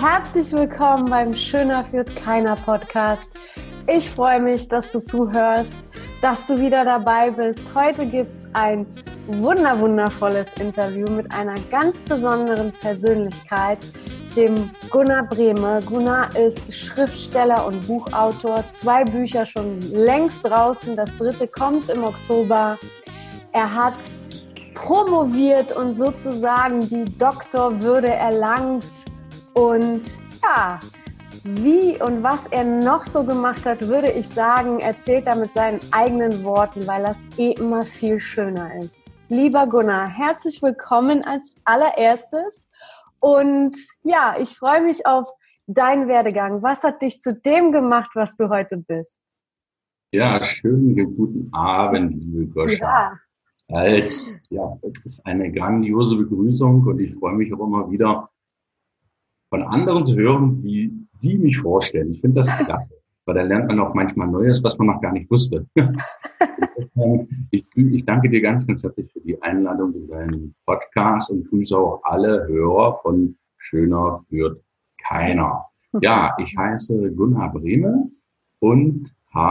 Herzlich willkommen beim Schöner führt keiner Podcast. Ich freue mich, dass du zuhörst, dass du wieder dabei bist. Heute gibt es ein wundervolles Interview mit einer ganz besonderen Persönlichkeit, dem Gunnar Brehme. Gunnar ist Schriftsteller und Buchautor, 2 Bücher schon längst draußen, das 3. kommt im Oktober. Er hat promoviert und sozusagen die Doktorwürde erlangt. Und ja, wie und was er noch so gemacht hat, würde ich sagen, erzählt er mit seinen eigenen Worten, weil das immer viel schöner ist. Lieber Gunnar, herzlich willkommen als allererstes. Und ja, ich freue mich auf deinen Werdegang. Was hat dich zu dem gemacht, was du heute bist? Ja, schönen guten Abend, liebe Goscha. Das ist eine grandiose Begrüßung und ich freue mich auch immer wieder, von anderen zu hören, wie die mich vorstellen. Ich finde das klasse, weil da lernt man auch manchmal Neues, was man noch gar nicht wusste. Ich danke dir ganz herzlich für die Einladung in deinen Podcast und grüße auch alle Hörer von Schöner führt keiner. Ja, ich heiße Gunnar Brehme und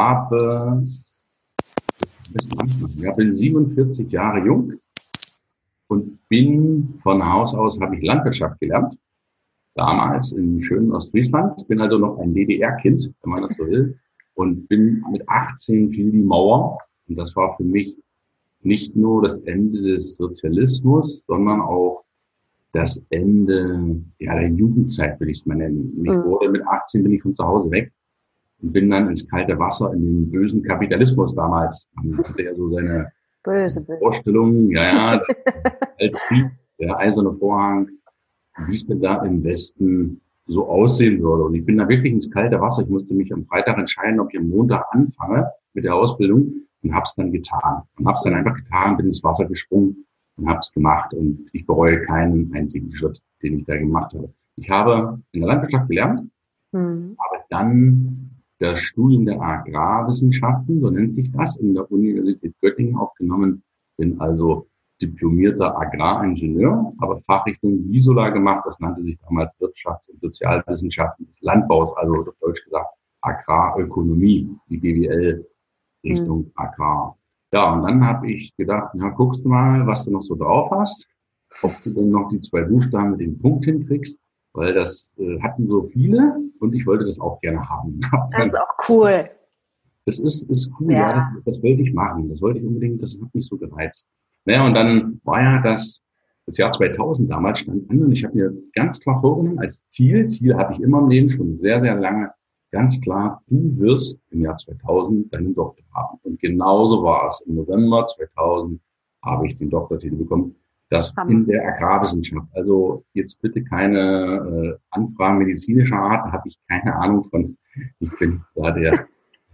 bin 47 Jahre jung und bin von Haus aus, habe ich Landwirtschaft gelernt. Damals in schönen Ostfriesland. Ich bin also noch ein DDR-Kind, wenn man das so will. Und bin mit 18 fiel die Mauer. Und das war für mich nicht nur das Ende des Sozialismus, sondern auch das Ende der Jugendzeit, will ich es mal nennen. Mit 18 bin ich von zu Hause weg und bin dann ins kalte Wasser in den bösen Kapitalismus damals. Man hatte ja so seine böse Vorstellungen. Das Weltkrieg, der eiserne Vorhang, wie es denn da im Westen so aussehen würde. Und ich bin da wirklich ins kalte Wasser. Ich musste mich am Freitag entscheiden, ob ich am Montag anfange mit der Ausbildung und habe es dann getan. Und habe es dann einfach getan, bin ins Wasser gesprungen und habe es gemacht. Und ich bereue keinen einzigen Schritt, den ich da gemacht habe. Ich habe in der Landwirtschaft gelernt, habe dann das Studium der Agrarwissenschaften, so nennt sich das, in der Universität Göttingen aufgenommen. Bin also diplomierter Agraringenieur, aber Fachrichtung Visola gemacht. Das nannte sich damals Wirtschafts- und Sozialwissenschaften des Landbaus, also auf Deutsch gesagt Agrarökonomie, die BWL Richtung Agrar. Ja, und dann habe ich gedacht, guckst du mal, was du noch so drauf hast, ob du denn noch die 2 Buchstaben mit dem Punkt hinkriegst, weil das hatten so viele und ich wollte das auch gerne haben. Das ist auch cool. Das ist cool, das wollte ich machen, das wollte ich unbedingt, das hat mich so gereizt. Naja, und dann war ja das Jahr 2000 damals stand an und ich habe mir ganz klar vorgenommen, als Ziel habe ich immer im Leben schon sehr, sehr lange, ganz klar, du wirst im Jahr 2000 deinen Doktor haben. Und genauso war es. Im November 2000 habe ich den Doktortitel bekommen. Das in der Agrarwissenschaft. Also jetzt bitte keine Anfragen medizinischer Art, da habe ich keine Ahnung von. Ich bin da der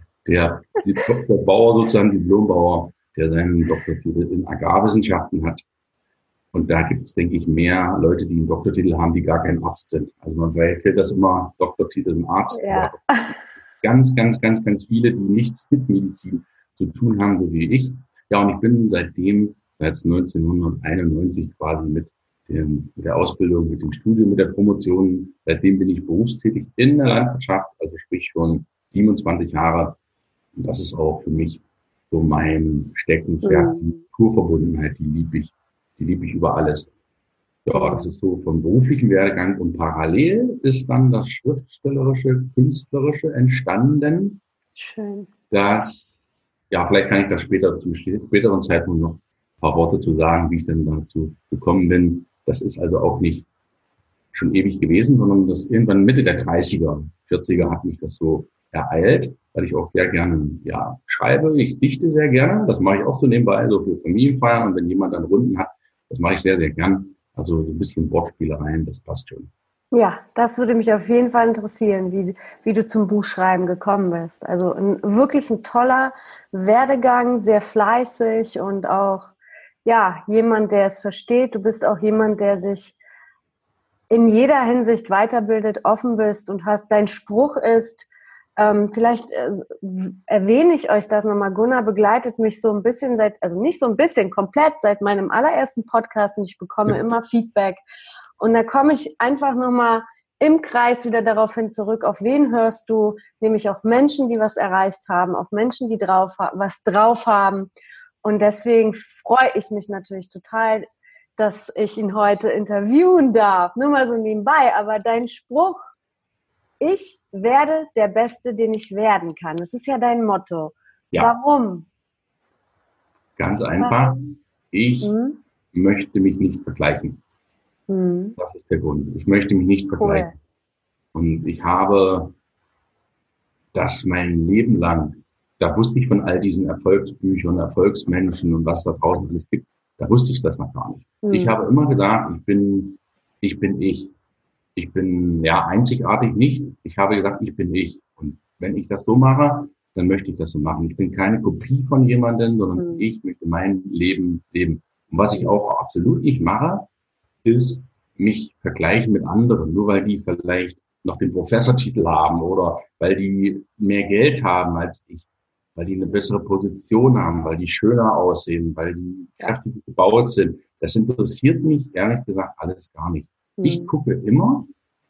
Doktorbauer sozusagen, Diplombauer, der seinen Doktortitel in Agrarwissenschaften hat. Und da gibt es, denke ich, mehr Leute, die einen Doktortitel haben, die gar kein Arzt sind. Also man fällt das immer Doktortitel im Arzt. Ja. Ganz viele, die nichts mit Medizin zu tun haben, so wie ich. Ja, und ich bin seit 1991 quasi mit der Ausbildung, mit dem Studium, mit der Promotion, seitdem bin ich berufstätig in der Landwirtschaft, also sprich schon 27 Jahre. Und das ist auch für mich so mein Steckenpferd, die Naturverbundenheit, die liebe ich über alles. Ja, das ist so vom beruflichen Werdegang und parallel ist dann das schriftstellerische, künstlerische entstanden. Schön. Vielleicht kann ich da später zum späteren Zeitpunkt noch ein paar Worte zu sagen, wie ich denn dazu gekommen bin. Das ist also auch nicht schon ewig gewesen, sondern das irgendwann Mitte der 30er, 40er hat mich das so ereilt, weil ich auch sehr gerne schreibe. Ich dichte sehr gerne. Das mache ich auch so nebenbei, so für Familienfeiern. Und wenn jemand dann Runden hat, das mache ich sehr, sehr gern. Also so ein bisschen Wortspielereien, das passt schon. Ja, das würde mich auf jeden Fall interessieren, wie du zum Buchschreiben gekommen bist. Also wirklich ein toller Werdegang, sehr fleißig und auch jemand, der es versteht. Du bist auch jemand, der sich in jeder Hinsicht weiterbildet, offen bist und dein Spruch ist, vielleicht erwähne ich euch das nochmal. Gunnar begleitet mich so ein bisschen komplett seit meinem allerersten Podcast und ich bekomme immer Feedback. Und da komme ich einfach nochmal im Kreis wieder daraufhin zurück, auf wen hörst du? Nämlich auch Menschen, die was erreicht haben, auf Menschen, die was drauf haben. Und deswegen freue ich mich natürlich total, dass ich ihn heute interviewen darf. Nur mal so nebenbei, aber dein Spruch, ich werde der Beste, den ich werden kann. Das ist ja dein Motto. Ja. Warum? Ganz einfach. Ich möchte mich nicht vergleichen. Das ist der Grund. Ich möchte mich nicht vergleichen. Und ich habe das mein Leben lang, da wusste ich von all diesen Erfolgsbüchern, Erfolgsmenschen und was da draußen alles gibt, da wusste ich das noch gar nicht. Ich habe immer gedacht, ich bin ich. Ich bin ja einzigartig nicht. Ich habe gesagt, ich bin ich. Und wenn ich das so mache, dann möchte ich das so machen. Ich bin keine Kopie von jemandem, sondern ich möchte mein Leben leben. Und was ich auch absolut nicht mache, ist mich vergleichen mit anderen, nur weil die vielleicht noch den Professortitel haben oder weil die mehr Geld haben als ich, weil die eine bessere Position haben, weil die schöner aussehen, weil die kräftig gebaut sind. Das interessiert mich ehrlich gesagt alles gar nicht. Ich gucke immer,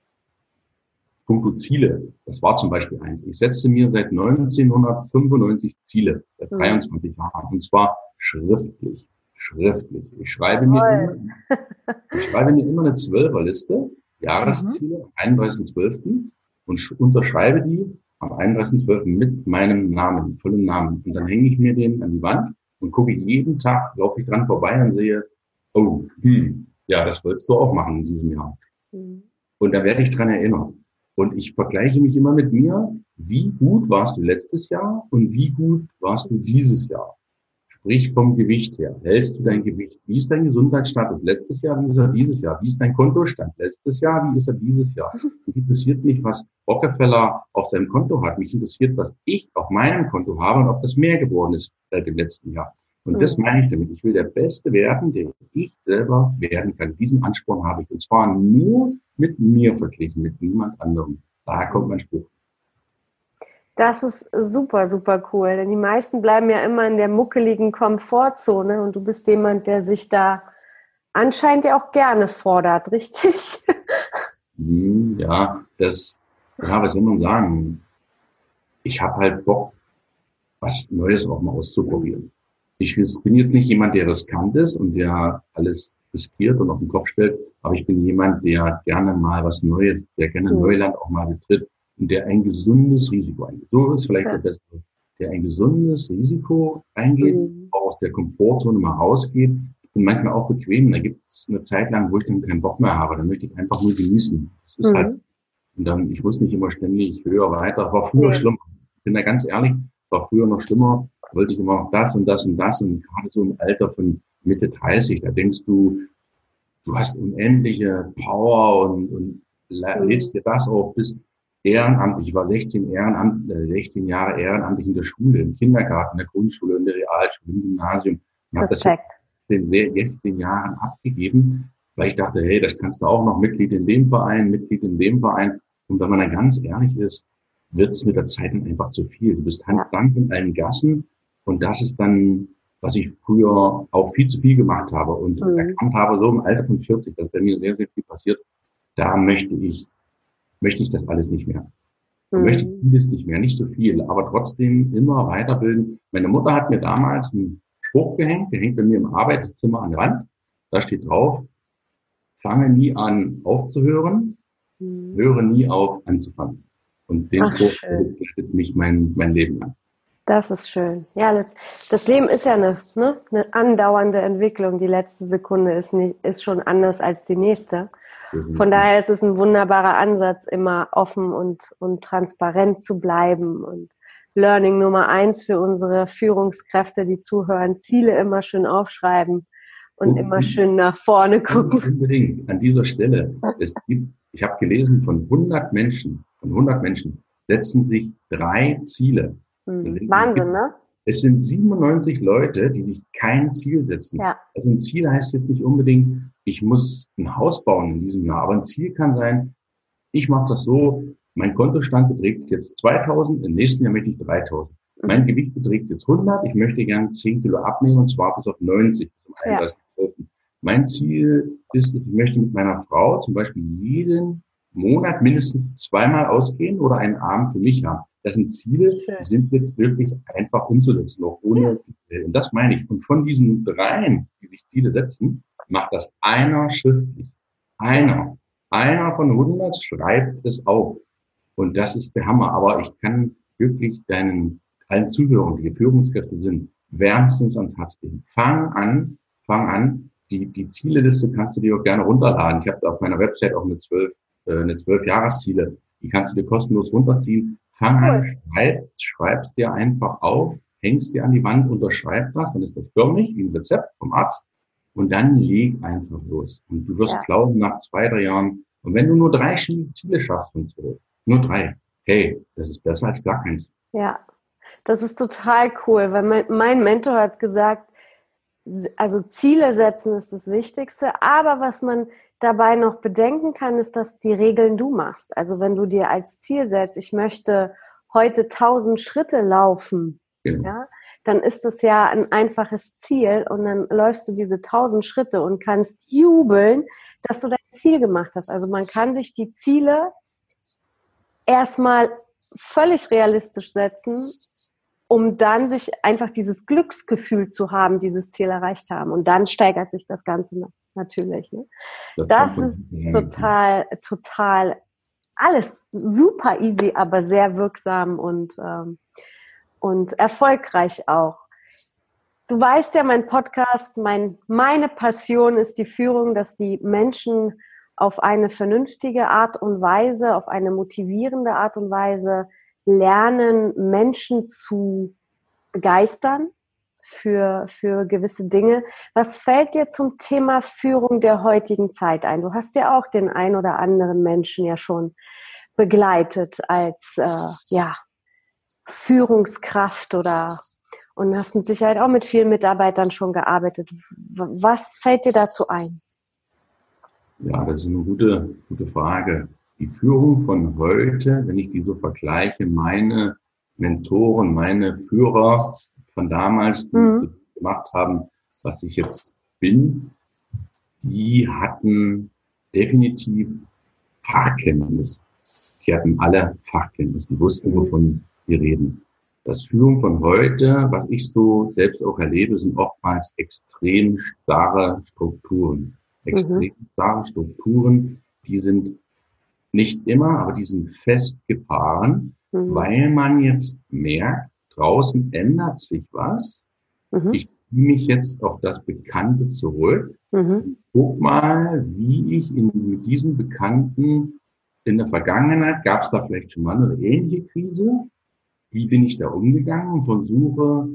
punkto Ziele. Das war zum Beispiel eins. Ich setze mir seit 1995 Ziele, seit 23 Jahren, und zwar schriftlich. Ich schreibe mir immer eine 12er-Liste, Jahresziele, am 31.12. und unterschreibe die am 31.12. mit meinem Namen, vollen Namen. Und dann hänge ich mir den an die Wand und gucke jeden Tag, laufe ich dran vorbei und sehe, oh, ja, das wolltest du auch machen in diesem Jahr. Und da werde ich dran erinnern. Und ich vergleiche mich immer mit mir, wie gut warst du letztes Jahr und wie gut warst du dieses Jahr. Sprich vom Gewicht her. Hältst du dein Gewicht? Wie ist dein Gesundheitsstatus letztes Jahr? Wie ist er dieses Jahr? Wie ist dein Kontostand letztes Jahr? Wie ist er dieses Jahr? Mich interessiert nicht, was Rockefeller auf seinem Konto hat. Mich interessiert, was ich auf meinem Konto habe und ob das mehr geworden ist seit dem letzten Jahr. Und das meine ich damit. Ich will der Beste werden, der ich selber werden kann. Diesen Ansporn habe ich. Und zwar nur mit mir verglichen, mit niemand anderem. Daher kommt mein Spruch. Das ist super, super cool. Denn die meisten bleiben ja immer in der muckeligen Komfortzone. Und du bist jemand, der sich da anscheinend ja auch gerne fordert, richtig? Ja, was soll man sagen? Ich habe halt Bock, was Neues auch mal auszuprobieren. Ich bin jetzt nicht jemand, der riskant ist und der alles riskiert und auf den Kopf stellt, aber ich bin jemand, der gerne mal was Neues, der gerne Neuland auch mal betritt und der ein gesundes Risiko eingeht. So ist vielleicht der Beste, der ein gesundes Risiko eingeht, auch aus der Komfortzone mal rausgeht. Ich bin manchmal auch bequem, da gibt es eine Zeit lang, wo ich dann keinen Bock mehr habe, dann möchte ich einfach nur genießen. Das ist halt, und dann, ich muss nicht immer ständig höher, weiter, war früher schlimmer. Ich bin da ganz ehrlich, war früher noch schlimmer, wollte ich immer noch das und das und das und gerade so im Alter von Mitte 30, da denkst du, du hast unendliche Power und lädst dir das auf, bist ehrenamtlich. Ich war 16 Jahre ehrenamtlich in der Schule, im Kindergarten, in der Grundschule, in der Realschule, im Gymnasium. Ich habe das in 16 Jahren abgegeben, weil ich dachte, hey, das kannst du auch noch Mitglied in dem Verein, Mitglied in dem Verein. Und wenn man dann ganz ehrlich ist, wird es mit der Zeit dann einfach zu viel. Du bist Hans Dank in allen Gassen und das ist dann, was ich früher auch viel zu viel gemacht habe und erkannt habe, so im Alter von 40, dass bei mir sehr, sehr viel passiert, da möchte ich das alles nicht mehr. Möchte ich vieles nicht mehr, nicht so viel, aber trotzdem immer weiterbilden. Meine Mutter hat mir damals einen Spruch gehängt, der hängt bei mir im Arbeitszimmer an der Wand. Da steht drauf, fange nie an aufzuhören, höre nie auf anzufangen. Und den Spruch begleitet mich mein Leben lang. Das ist schön. Ja, das Leben ist ja eine andauernde Entwicklung. Die letzte Sekunde ist schon anders als die nächste. Von daher ist es ein wunderbarer Ansatz, immer offen und transparent zu bleiben. Und Learning Nummer 1 für unsere Führungskräfte, die zuhören, Ziele immer schön aufschreiben und immer schön nach vorne gucken. Unbedingt. An dieser Stelle, ich habe gelesen, von 100 Menschen setzen sich 3 Ziele. Wahnsinn, ne? Es sind 97 Leute, die sich kein Ziel setzen. Ja. Also ein Ziel heißt jetzt nicht unbedingt, ich muss ein Haus bauen in diesem Jahr. Aber ein Ziel kann sein, ich mache das so, mein Kontostand beträgt jetzt 2000, im nächsten Jahr möchte ich 3000. Mein Gewicht beträgt jetzt 100, ich möchte gern 10 Kilo abnehmen und zwar bis auf 90, bis zum 31.12. Mein Ziel ist, ich möchte mit meiner Frau zum Beispiel jeden Monat mindestens zweimal ausgehen oder einen Abend für mich haben. Das sind Ziele, die sind jetzt wirklich einfach umzusetzen, auch ohne, und das meine ich. Und von diesen dreien, die sich Ziele setzen, macht das einer schriftlich. Einer von 100 schreibt es auf. Und das ist der Hammer. Aber ich kann wirklich allen Zuhörern, die Führungskräfte sind, wärmstens ans Herz legen. Fang an. Die Zieleliste kannst du dir auch gerne runterladen. Ich habe da auf meiner Website auch eine 12 Jahresziele. Die kannst du dir kostenlos runterziehen. Fang an, schreib's dir einfach auf, hängst dir an die Wand, unterschreib das, dann ist das förmlich, wie ein Rezept vom Arzt. Und dann leg einfach los. Und du wirst glauben, nach 2-3 Jahren, und wenn du nur 3 Ziele schaffst von 12, nur 3, hey, das ist besser als gar keins. Ja, das ist total cool, weil mein Mentor hat gesagt, also Ziele setzen ist das Wichtigste, aber was man dabei noch bedenken kann, ist, dass die Regeln du machst. Also wenn du dir als Ziel setzt, ich möchte heute 1000 Schritte laufen, ja, dann ist das ja ein einfaches Ziel und dann läufst du diese 1000 Schritte und kannst jubeln, dass du dein Ziel gemacht hast. Also man kann sich die Ziele erstmal völlig realistisch setzen, um dann sich einfach dieses Glücksgefühl zu haben, dieses Ziel erreicht haben. Und dann steigert sich das Ganze natürlich. Ne? Das ist total alles super easy, aber sehr wirksam und erfolgreich auch. Du weißt ja, mein Podcast, meine Passion ist die Führung, dass die Menschen auf eine vernünftige Art und Weise, auf eine motivierende Art und Weise lernen, Menschen zu begeistern für gewisse Dinge. Was fällt dir zum Thema Führung der heutigen Zeit ein? Du hast ja auch den ein oder anderen Menschen ja schon begleitet als Führungskraft und hast mit Sicherheit auch mit vielen Mitarbeitern schon gearbeitet. Was fällt dir dazu ein? Ja, das ist eine gute Frage. Die Führung von heute, wenn ich die so vergleiche, meine Mentoren, meine Führer von damals, die so gemacht haben, was ich jetzt bin, die hatten definitiv Fachkenntnis. Die hatten alle Fachkenntnis, die wussten, wovon wir reden. Das Führung von heute, was ich so selbst auch erlebe, sind oftmals extrem starre Strukturen. Extrem starre Strukturen, die sind nicht immer, aber die sind festgefahren, weil man jetzt merkt, draußen ändert sich was. Ich ziehe mich jetzt auf das Bekannte zurück. Guck mal, wie ich mit diesen Bekannten in der Vergangenheit, gab es da vielleicht schon mal eine ähnliche Krise? Wie bin ich da umgegangen und versuche,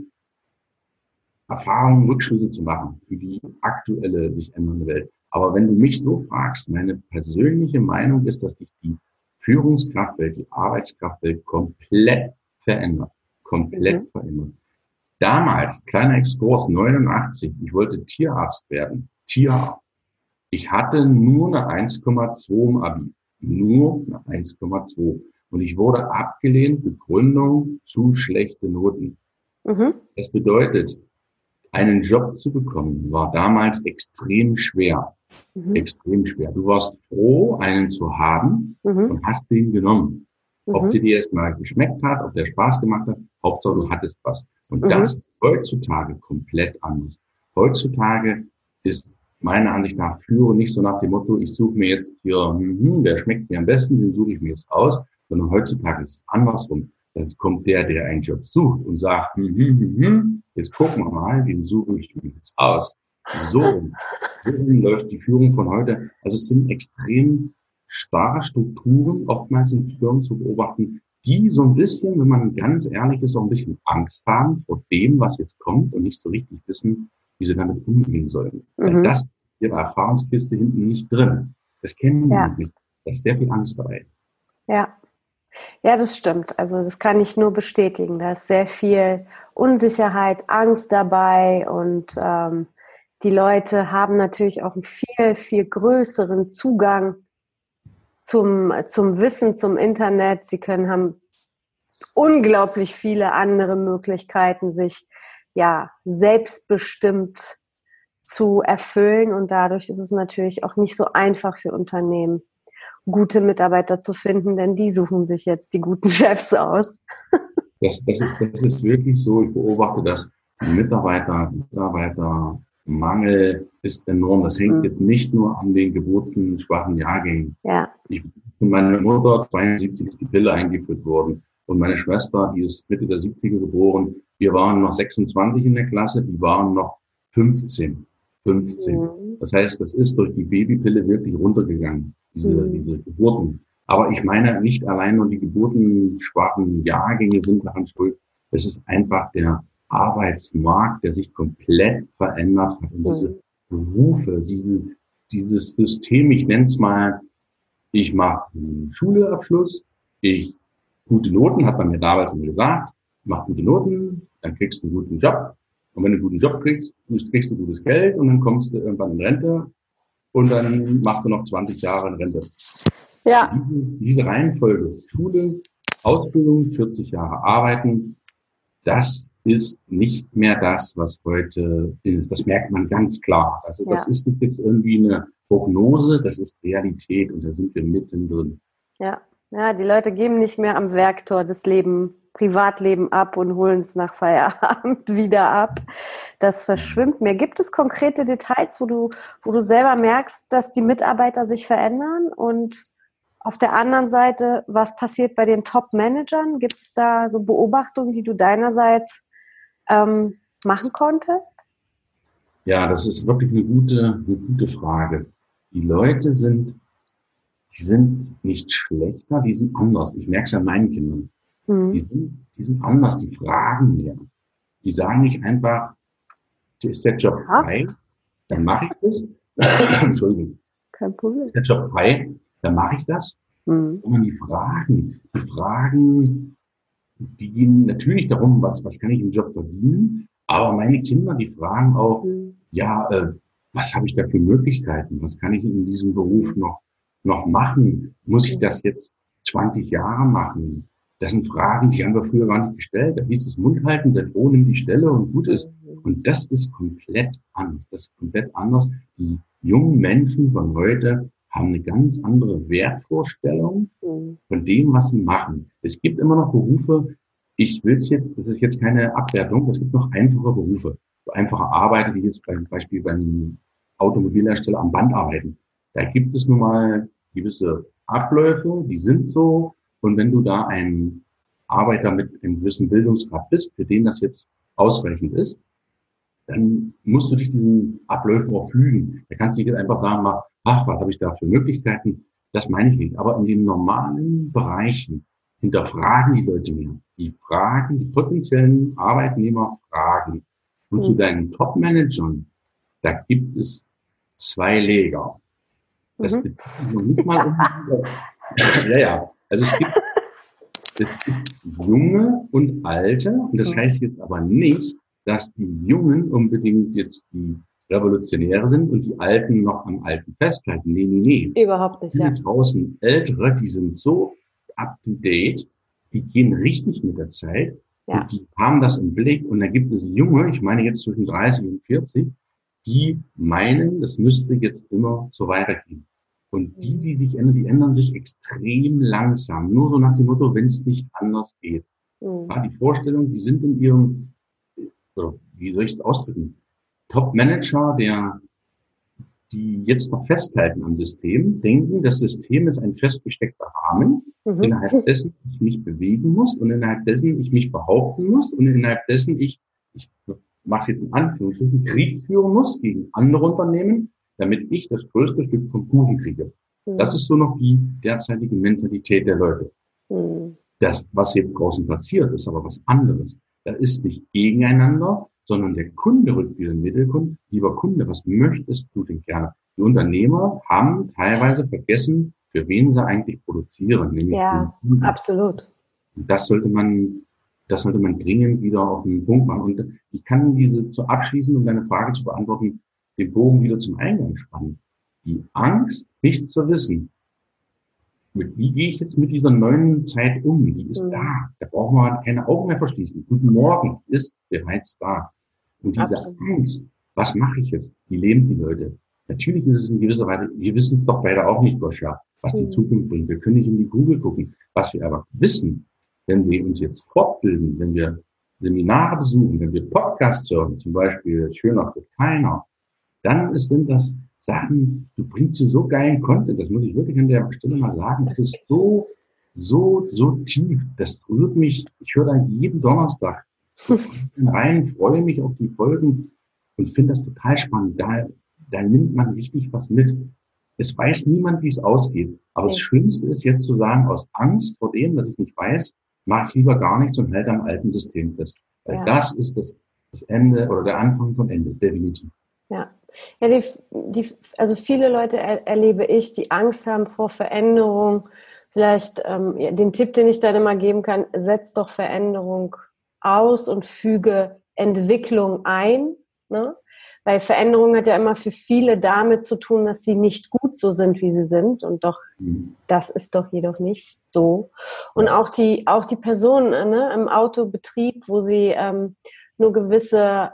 Erfahrungen, Rückschlüsse zu machen für die aktuelle, sich ändernde Welt. Aber wenn du mich so fragst, meine persönliche Meinung ist, dass sich die Führungskraftwelt, die Arbeitskraftwelt komplett verändert. Verändert. Damals, kleiner Exkurs, 89, ich wollte Tierarzt werden. Tierarzt. Ich hatte nur eine 1,2 im Abi. Nur eine 1,2. Und ich wurde abgelehnt, Begründung, zu schlechte Noten. Das bedeutet, einen Job zu bekommen, war damals extrem schwer. Extrem schwer. Du warst froh, einen zu haben und hast den genommen. Ob dir erstmal geschmeckt hat, ob der Spaß gemacht hat, Hauptsache du hattest was. Und das ist heutzutage komplett anders. Heutzutage ist meiner Ansicht nach Führung nicht so nach dem Motto, ich suche mir jetzt hier, der schmeckt mir am besten, den suche ich mir jetzt aus, sondern heutzutage ist es andersrum. Dann kommt der einen Job sucht und sagt, jetzt gucken wir mal, den suche ich mir jetzt aus. So läuft die Führung von heute. Also es sind extrem starre Strukturen, oftmals in Firmen zu beobachten, die so ein bisschen, wenn man ganz ehrlich ist, auch ein bisschen Angst haben vor dem, was jetzt kommt und nicht so richtig wissen, wie sie damit umgehen sollen. Weil das ist ihre Erfahrungskiste hinten nicht drin. Das kennen die nicht. Da ist sehr viel Angst dabei. Ja, das stimmt. Also das kann ich nur bestätigen. Da ist sehr viel Unsicherheit, Angst dabei und die Leute haben natürlich auch einen viel, viel größeren Zugang zum Wissen, zum Internet. Sie haben unglaublich viele andere Möglichkeiten, sich selbstbestimmt zu erfüllen und dadurch ist es natürlich auch nicht so einfach für Unternehmen. gute Mitarbeiter zu finden, denn die suchen sich jetzt die guten Chefs aus. Das ist wirklich so. Ich beobachte, dass die Mitarbeitermangel ist enorm. Das hängt jetzt nicht nur an den geburtenschwachen Jahrgängen. Ja. Von meiner Mutter 72 ist die Pille eingeführt worden. Und meine Schwester, die ist Mitte der 70er geboren, wir waren noch 26 in der Klasse, die waren noch 15. Das heißt, das ist durch die Babypille wirklich runtergegangen, diese Geburten. Aber ich meine, nicht allein nur die geburtenschwachen Jahrgänge sind daran schuld. Es ist einfach der Arbeitsmarkt, der sich komplett verändert hat. Und diese Berufe, dieses System, ich nenne es mal, ich mache einen Schulabschluss, gute Noten, hat man mir damals immer gesagt, mach gute Noten, dann kriegst du einen guten Job. Und wenn du einen guten Job kriegst du gutes Geld und dann kommst du irgendwann in Rente und dann machst du noch 20 Jahre in Rente. Ja. Diese Reihenfolge, Schule, Ausbildung, 40 Jahre arbeiten, das ist nicht mehr das, was heute ist. Das merkt man ganz klar. Also das ist nicht jetzt irgendwie eine Prognose, das ist Realität und da sind wir mittendrin. Ja, die Leute geben nicht mehr am Werktor das Privatleben ab und holen es nach Feierabend wieder ab. Das verschwimmt mir. Gibt es konkrete Details, wo du selber merkst, dass die Mitarbeiter sich verändern? Und auf der anderen Seite, was passiert bei den Top-Managern? Gibt es da so Beobachtungen, die du deinerseits machen konntest? Ja, das ist wirklich eine gute Frage. Die Leute sind nicht schlechter, die sind anders. Ich merke es an meinen Kindern. Die sind anders, die fragen mehr. Die sagen nicht einfach, ist der Job frei, dann mache ich das. Entschuldigung. Kein Problem. Ist der Job frei, dann mache ich das. Und die Fragen, die gehen natürlich darum, was kann ich im Job verdienen, aber meine Kinder, die fragen auch, was habe ich da für Möglichkeiten, was kann ich in diesem Beruf noch machen, muss ich das jetzt 20 Jahre machen? Das sind Fragen, die haben wir früher gar nicht gestellt, da hieß es Mund halten, sei froh, nimm die Stelle und gut ist. Und das ist komplett anders. Die jungen Menschen von heute haben eine ganz andere Wertvorstellung von dem, was sie machen. Es gibt immer noch Berufe, das ist jetzt keine Abwertung, es gibt noch einfache Berufe, so einfache Arbeiter, die jetzt beim Beispiel beim Automobilhersteller am Band arbeiten. Da gibt es nun mal gewisse Abläufe, die sind so, und wenn du da ein Arbeiter mit einem gewissen Bildungsgrad bist, für den das jetzt ausreichend ist, dann musst du dich diesen Abläufen auch fügen. Da kannst du nicht jetzt einfach sagen, was habe ich da für Möglichkeiten? Das meine ich nicht. Aber in den normalen Bereichen hinterfragen die Leute mehr. Die potenziellen Arbeitnehmer fragen. Und zu deinen Top-Managern, da gibt es 2 Lager. Das bezieht noch nicht mal um Also es gibt junge und alte. Und das heißt jetzt aber nicht, dass die Jungen unbedingt jetzt die Revolutionäre sind und die Alten noch am Alten festhalten. Nee. Überhaupt nicht, die draußen Ältere, die sind so up to date, die gehen richtig mit der Zeit und die haben das im Blick. Und dann gibt es Junge, ich meine jetzt zwischen 30 und 40, die meinen, das müsste jetzt immer so weitergehen. Und die sich ändern, die ändern sich extrem langsam. Nur so nach dem Motto, wenn es nicht anders geht. Die Vorstellung, die sind in ihrem, wie soll ich es ausdrücken, Top-Manager, die jetzt noch festhalten am System, denken, das System ist ein festgesteckter Rahmen, innerhalb dessen ich mich bewegen muss und innerhalb dessen ich mich behaupten muss und innerhalb dessen ich mache es jetzt in Anführungsstrichen, Krieg führen muss gegen andere Unternehmen, damit ich das größte Stück vom Kuchen kriege. Das ist so noch die derzeitige Mentalität der Leute. Das, was jetzt draußen passiert, ist aber was anderes. Da ist nicht gegeneinander, sondern der Kunde rückt wieder in den Mittelpunkt. Lieber Kunde, was möchtest du denn gerne? Die Unternehmer haben teilweise vergessen, für wen sie eigentlich produzieren. Nämlich absolut. Und das sollte man dringend wieder auf den Punkt machen. Und ich kann zu abschließen, um deine Frage zu beantworten, den Bogen wieder zum Eingang spannen. Die Angst, nicht zu wissen, wie gehe ich jetzt mit dieser neuen Zeit um? Die ist da. Da brauchen wir keine Augen mehr verschließen. Guten Morgen ist bereits da. Und diese Angst, was mache ich jetzt? Die lähmt die Leute. Natürlich ist es in gewisser Weise, wir wissen es doch beide auch nicht, Goscha, was die Zukunft bringt. Wir können nicht in die Google gucken. Was wir aber wissen, wenn wir uns jetzt fortbilden, wenn wir Seminare besuchen, wenn wir Podcasts hören, zum Beispiel Schöner wird keiner, dann sind das Sachen, du bringst so geilen Content, das muss ich wirklich an der Stelle mal sagen, das ist so tief, das rührt mich, ich höre da jeden Donnerstag rein, freue mich auf die Folgen und finde das total spannend, da nimmt man richtig was mit. Es weiß niemand, wie es ausgeht, aber das Schlimmste ist jetzt zu sagen, aus Angst vor dem, dass ich nicht weiß, mache ich lieber gar nichts und halte am alten System fest. Weil das ist das Ende oder der Anfang von Ende, definitiv. Ja, also viele Leute erlebe ich, die Angst haben vor Veränderung. Vielleicht den Tipp, den ich dann immer geben kann, setz doch Veränderung aus und füge Entwicklung ein. Ne? Weil Veränderung hat ja immer für viele damit zu tun, dass sie nicht gut so sind, wie sie sind. Und doch, das ist doch jedoch nicht so. Und auch die Person im Autobetrieb, wo sie nur gewisse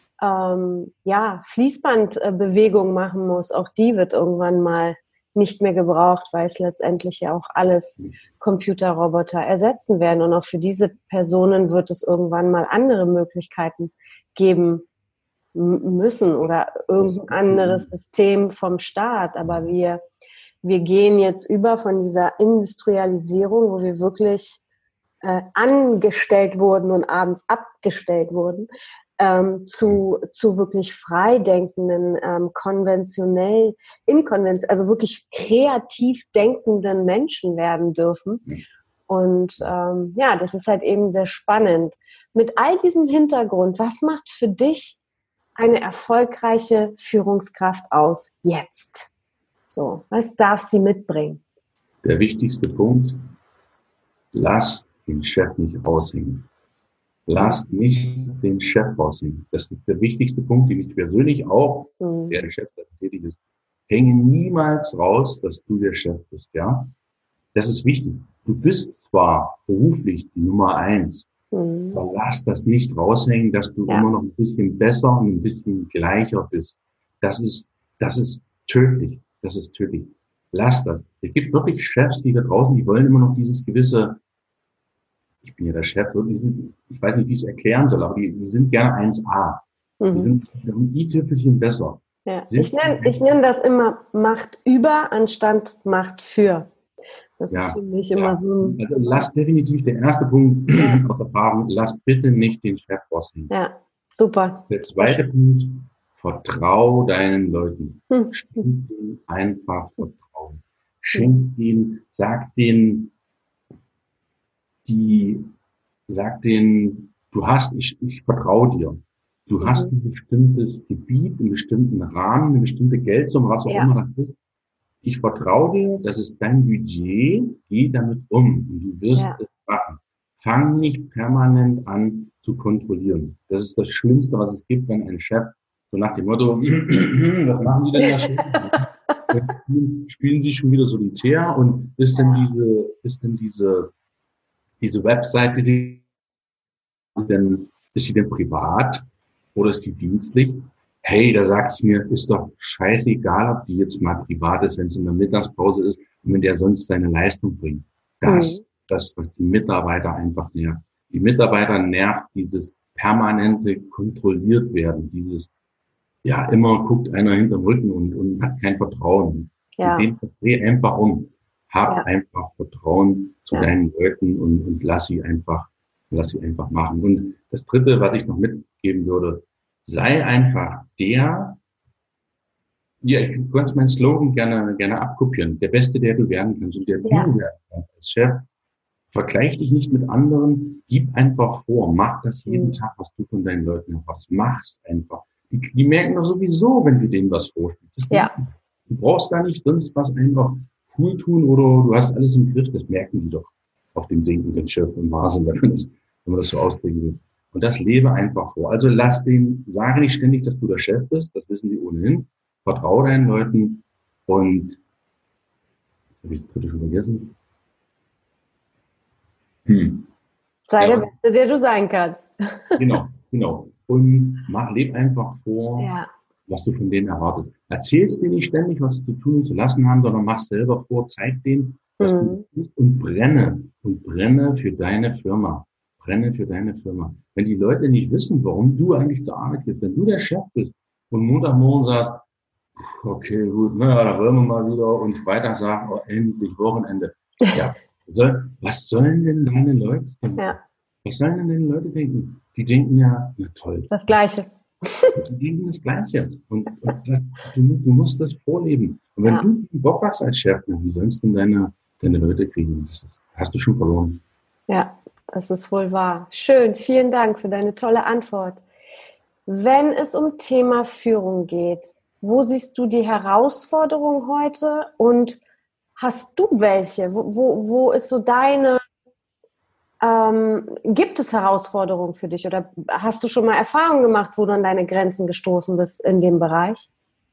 Fließbandbewegung machen muss, auch die wird irgendwann mal nicht mehr gebraucht, weil es letztendlich ja auch alles Computerroboter ersetzen werden. Und auch für diese Personen wird es irgendwann mal andere Möglichkeiten geben müssen oder irgendein anderes System vom Staat. Aber wir gehen jetzt über von dieser Industrialisierung, wo wir wirklich angestellt wurden und abends abgestellt wurden, zu wirklich freidenkenden, also wirklich kreativ denkenden Menschen werden dürfen. Und das ist halt eben sehr spannend. Mit all diesem Hintergrund, was macht für dich eine erfolgreiche Führungskraft aus jetzt? So, was darf sie mitbringen? Der wichtigste Punkt, lass den Chef nicht raushängen. Lass nicht den Chef raushängen. Das ist der wichtigste Punkt, den ich persönlich auch, der Chef tätig ist, hänge niemals raus, dass du der Chef bist, ja. Das ist wichtig. Du bist zwar beruflich die Nummer 1, aber lass das nicht raushängen, dass du immer noch ein bisschen besser und ein bisschen gleicher bist. Das ist tödlich. Das ist tödlich. Lass das. Es gibt wirklich Chefs, die da draußen, die wollen immer noch dieses gewisse, ich bin ja der Chef, ich weiß nicht, wie ich es erklären soll, aber die sind gerne 1A. Die sind ein i-Tüpfelchen besser. Ja. Ich nenne das immer Macht über anstatt Macht für. Das ist für mich immer so ein... Also lass definitiv, der erste Punkt aus Erfahrung, lass bitte nicht den Chef raushängen. Ja, super. Der zweite Punkt, vertrau deinen Leuten. Schenk ihnen einfach Vertrauen. Schenk ihnen, sag denen, ich vertraue dir. Du hast ein bestimmtes Gebiet, einen bestimmten Rahmen, eine bestimmte Geldsumme, was auch immer das ist. Ich vertraue dir, das ist dein Budget, geh damit um und du wirst es machen. Fang nicht permanent an zu kontrollieren. Das ist das Schlimmste, was es gibt, wenn ein Chef so nach dem Motto, was machen Sie denn da schon? Spielen Sie schon wieder solitär und ist denn diese Website, ist sie denn privat oder ist die dienstlich? Hey, da sag ich mir, ist doch scheißegal, ob die jetzt mal privat ist, wenn es in der Mittagspause ist und wenn der sonst seine Leistung bringt. Das, was die Mitarbeiter einfach nervt. Die Mitarbeiter nervt dieses permanente kontrolliert werden, dieses, immer guckt einer hinterm Rücken und hat kein Vertrauen. Ja. Und den dreh einfach um. Hab einfach Vertrauen zu deinen Leuten und lass sie einfach machen. Und das Dritte, was ich noch mitgeben würde, sei einfach ich könnte meinen Slogan gerne abkopieren. Der Beste, der du werden kannst und der du werden kannst als Chef. Vergleich dich nicht mit anderen, gib einfach vor, mach das jeden Tag, was du von deinen Leuten erwartest. Mach's einfach. Die merken doch sowieso, wenn du denen was vorspielst. Du brauchst da nicht sonst was einfach cool tun oder du hast alles im Griff. Das merken die doch auf dem sinkenden Schiff im Vasen, wenn man das so ausdrücken will. Und das lebe einfach vor. Also sage nicht ständig, dass du der Chef bist, das wissen die ohnehin. Vertraue deinen Leuten und, habe ich das dritte schon vergessen? Sei der Beste, der du sein kannst. Genau. Und leb einfach vor. Ja. was du von denen erwartest. Erzählst denen nicht ständig, was sie zu tun und zu lassen haben, sondern mach selber vor, zeig denen, was du tust und brenne für deine Firma. Brenne für deine Firma. Wenn die Leute nicht wissen, warum du eigentlich zur Arbeit gehst, wenn du der Chef bist und Montagmorgen sagst, okay, gut, naja, da wollen wir mal wieder und Freitag sagen, oh, endlich Wochenende. Ja, was sollen denn deine Leute denken? Ja. Was sollen denn deine Leute denken? Die denken ja, na toll. Das Gleiche. Die denken das Gleiche. Und du musst das vorleben. Und wenn du Bock hast als Chef, wie sollst du denn deine Leute kriegen? Das hast du schon verloren. Ja, das ist wohl wahr. Schön, vielen Dank für deine tolle Antwort. Wenn es um Thema Führung geht, wo siehst du die Herausforderung heute und hast du welche? Wo ist so deine, gibt es Herausforderungen für dich oder hast du schon mal Erfahrungen gemacht, wo du an deine Grenzen gestoßen bist in dem Bereich?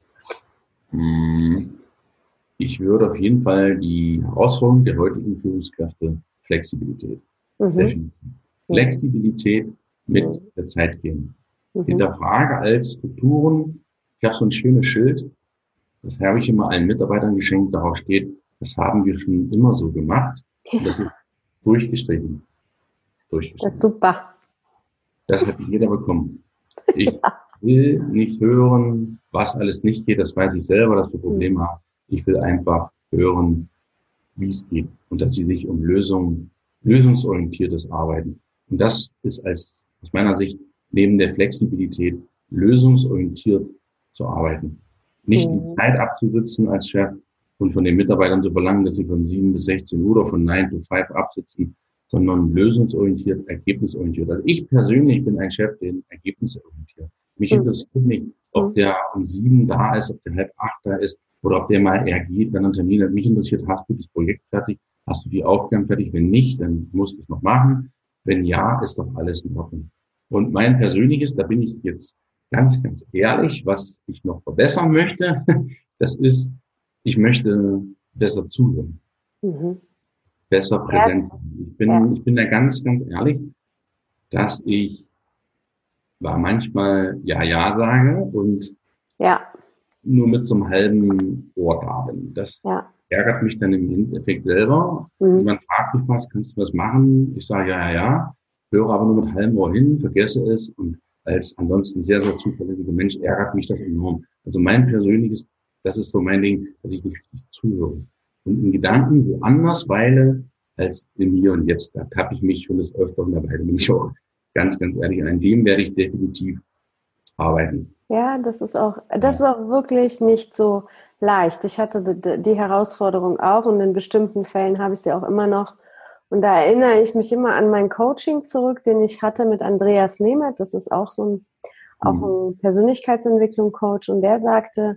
Ich würde auf jeden Fall die Herausforderung der heutigen Führungskräfte Flexibilität. Flexibilität mit der Zeit gehen. Hinterfrage als Strukturen. Ich habe so ein schönes Schild, das habe ich immer allen Mitarbeitern geschenkt, darauf steht, das haben wir schon immer so gemacht. Und das ist durchgestrichen. Das ist super. Das hat jeder bekommen. Ich will nicht hören, was alles nicht geht, das weiß ich selber, dass wir Probleme haben. Ich will einfach hören, wie es geht und dass sie sich um lösungsorientiertes Arbeiten. Und das ist aus meiner Sicht neben der Flexibilität lösungsorientiert zu arbeiten. Nicht die Zeit abzusitzen als Chef und von den Mitarbeitern zu verlangen, dass sie von 7 bis 16 Uhr oder von 9 to 5 absitzen, sondern lösungsorientiert, ergebnisorientiert. Also ich persönlich bin ein Chef, der Ergebnisse orientiert. Mich interessiert nicht, ob der um 7 da ist, ob der halb 8 da ist oder ob der mal eher geht, wenn er einen Termin hat. Mich interessiert, hast du das Projekt fertig? Hast du die Aufgaben fertig? Wenn nicht, dann musst du es noch machen. Wenn ja, ist doch alles in Ordnung. Und mein persönliches, da bin ich jetzt ganz, ganz ehrlich, was ich noch verbessern möchte, das ist, ich möchte besser zuhören. Besser präsent sein. Ich bin da ganz, ganz ehrlich, dass ich manchmal ja sage und nur mit so einem halben Ohr da bin. Das ärgert mich dann im Endeffekt selber. Jemand fragt mich was, kannst du was machen? Ich sage ja. Höre aber nur mit halbem Ohr hin, vergesse es und als ansonsten sehr, sehr zuverlässiger Mensch ärgert mich das enorm. Also mein persönliches, das ist so mein Ding, dass ich nicht richtig zuhöre. Und in Gedanken woanders weile als im Hier und Jetzt. Da tappe ich mich schon des Öfteren dabei. Da bin ich auch ganz, ganz ehrlich. An dem werde ich definitiv arbeiten. Ja, das ist auch wirklich nicht so leicht. Ich hatte die Herausforderung auch und in bestimmten Fällen habe ich sie auch immer noch. Und da erinnere ich mich immer an mein Coaching zurück, den ich hatte mit Andreas Nemeth. Das ist auch ein Persönlichkeitsentwicklung-Coach. Und der sagte,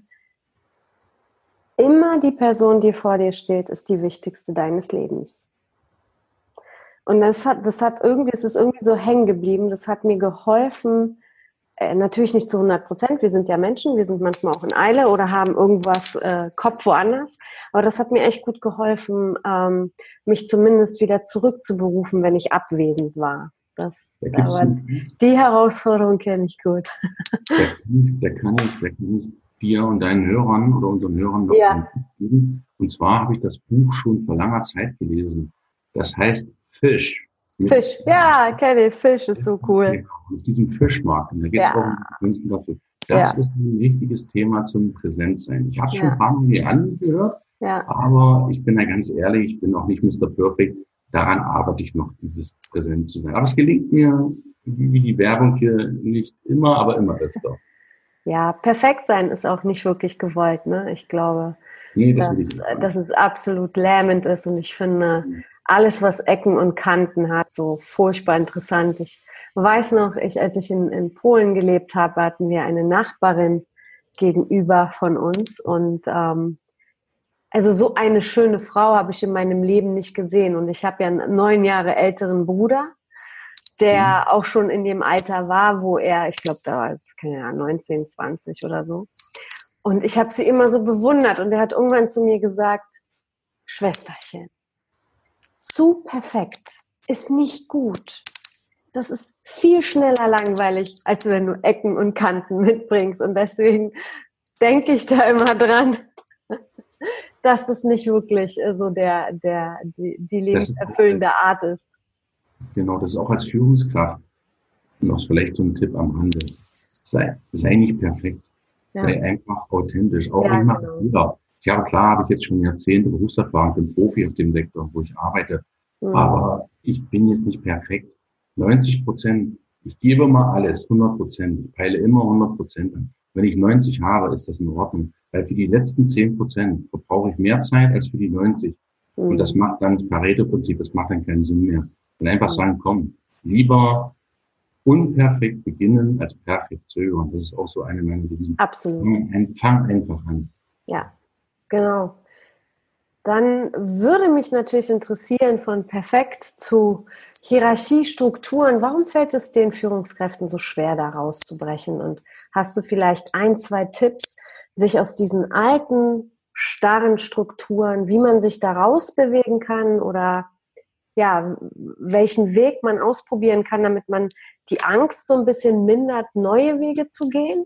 immer die Person, die vor dir steht, ist die wichtigste deines Lebens. Und es ist irgendwie so hängen geblieben. Das hat mir geholfen, natürlich nicht zu 100%. Wir sind ja Menschen, wir sind manchmal auch in Eile oder haben irgendwas Kopf woanders. Aber das hat mir echt gut geholfen, mich zumindest wieder zurückzuberufen, wenn ich abwesend war. Die Herausforderung kenne ich gut. Da kann ich dir und deinen Hörern oder unseren Hörern noch einen Tipp geben. Und zwar habe ich das Buch schon vor langer Zeit gelesen. Das heißt Fisch. Fisch, ja, kenne ich. Fisch ist so cool. Auf diesem Fischmarkt. Und da geht es auch um die Künste dafür. Das ist ein wichtiges Thema zum Präsentsein. Ich habe es schon ein paar Mal mir angehört, aber ich bin da ganz ehrlich, ich bin auch nicht Mr. Perfect. Daran arbeite ich noch, dieses Präsent zu sein. Aber es gelingt mir, wie die Werbung hier, nicht immer, aber immer öfter. Ja, perfekt sein ist auch nicht wirklich gewollt, ne? Ich glaube, dass es absolut lähmend ist und ich finde, alles, was Ecken und Kanten hat, so furchtbar interessant. Ich weiß noch, als ich in Polen gelebt habe, hatten wir eine Nachbarin gegenüber von uns und also so eine schöne Frau habe ich in meinem Leben nicht gesehen und ich habe ja einen 9 Jahre älteren Bruder, der auch schon in dem Alter war, wo er, ich glaube, da war es 19, 20 oder so. Und ich habe sie immer so bewundert und er hat irgendwann zu mir gesagt, Schwesterchen, zu perfekt ist nicht gut. das ist viel schneller langweilig, als wenn du Ecken und Kanten mitbringst. Und deswegen denke ich da immer dran, dass das nicht wirklich so die lebenserfüllende Art ist. Genau, das ist auch als Führungskraft noch vielleicht so ein Tipp am Rande. Sei nicht perfekt. Ja. Sei einfach authentisch. Auch ich mache Fehler. Ja, klar, habe ich jetzt schon Jahrzehnte Berufserfahrung, bin Profi auf dem Sektor, wo ich arbeite. Aber ich bin jetzt nicht perfekt. 90%. Ich gebe mal alles, 100%. Ich peile immer 100% an. Wenn ich 90 habe, ist das in Ordnung. Weil für die letzten 10% verbrauche ich mehr Zeit als für die 90. Und das macht dann das Pareto-Prinzip, das macht dann keinen Sinn mehr. Und einfach sagen, komm, lieber unperfekt beginnen als perfekt zögern. Das ist auch so eine meiner Devisen. Absolut. Fang einfach an. Ja, genau. Dann würde mich natürlich interessieren, von perfekt zu Hierarchiestrukturen, warum fällt es den Führungskräften so schwer, da rauszubrechen? Und hast du vielleicht 1, 2 Tipps, sich aus diesen alten, starren Strukturen, wie man sich da rausbewegen kann oder ja, welchen Weg man ausprobieren kann, damit man die Angst so ein bisschen mindert, neue Wege zu gehen?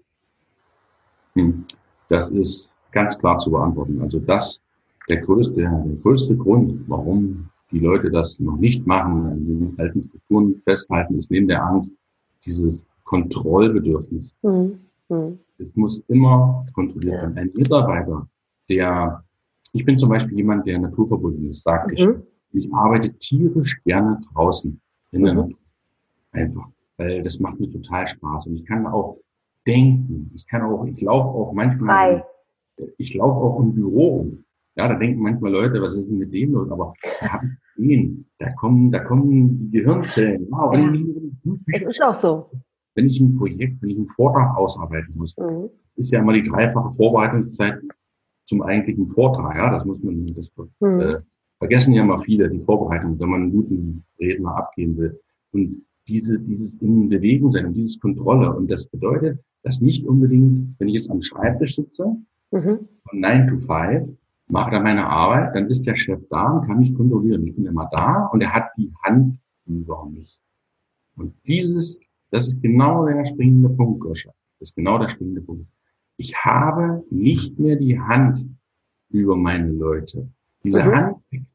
Das ist ganz klar zu beantworten. Also der größte Grund, warum die Leute das noch nicht machen, an den alten Strukturen festhalten, ist neben der Angst dieses Kontrollbedürfnis. Es muss immer kontrolliert werden. Ein Mitarbeiter, ich bin zum Beispiel jemand, der naturverbunden ist, sage ich. Ich arbeite tierisch gerne draußen in der Natur. Einfach, weil das macht mir total Spaß. Und ich kann auch denken. Ich laufe auch manchmal, ich laufe auch im Büro rum. Ja, da denken manchmal Leute, was ist denn mit dem los? Aber da habe ich gesehen, da kommen die Gehirnzellen. Wow, es ist auch so. Wenn ich einen Vortrag ausarbeiten muss, ist ja immer die 3-fache Vorbereitungszeit zum eigentlichen Vortrag. Ja, das vergessen ja mal viele, die Vorbereitung, wenn man einen guten Redner abgeben will. Und dieses in Bewegung sein und dieses Kontrolle. Und das bedeutet, dass nicht unbedingt, wenn ich jetzt am Schreibtisch sitze, von 9 to 5, mache da meine Arbeit, dann ist der Chef da und kann mich kontrollieren. Ich bin immer da und er hat die Hand über mich. Und das ist genau der springende Punkt, Goscha. Das ist genau der springende Punkt. Ich habe nicht mehr die Hand über meine Leute. Diese Hand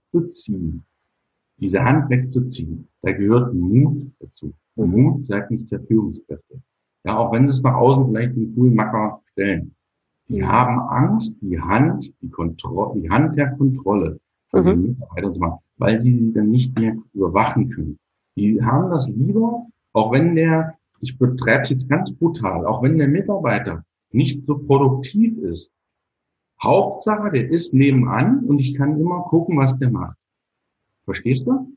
wegzuziehen, da gehört Mut dazu. Mut seitens der Führungskräfte. Ja, auch wenn sie es nach außen vielleicht einen coolen Macker stellen. Die haben Angst, die Hand der Kontrolle von den Mitarbeitern zu machen, weil sie dann nicht mehr überwachen können. Die haben das lieber, auch wenn ich betreibe es jetzt ganz brutal, auch wenn der Mitarbeiter nicht so produktiv ist. Hauptsache, der ist nebenan und ich kann immer gucken, was der macht. Verstehst du?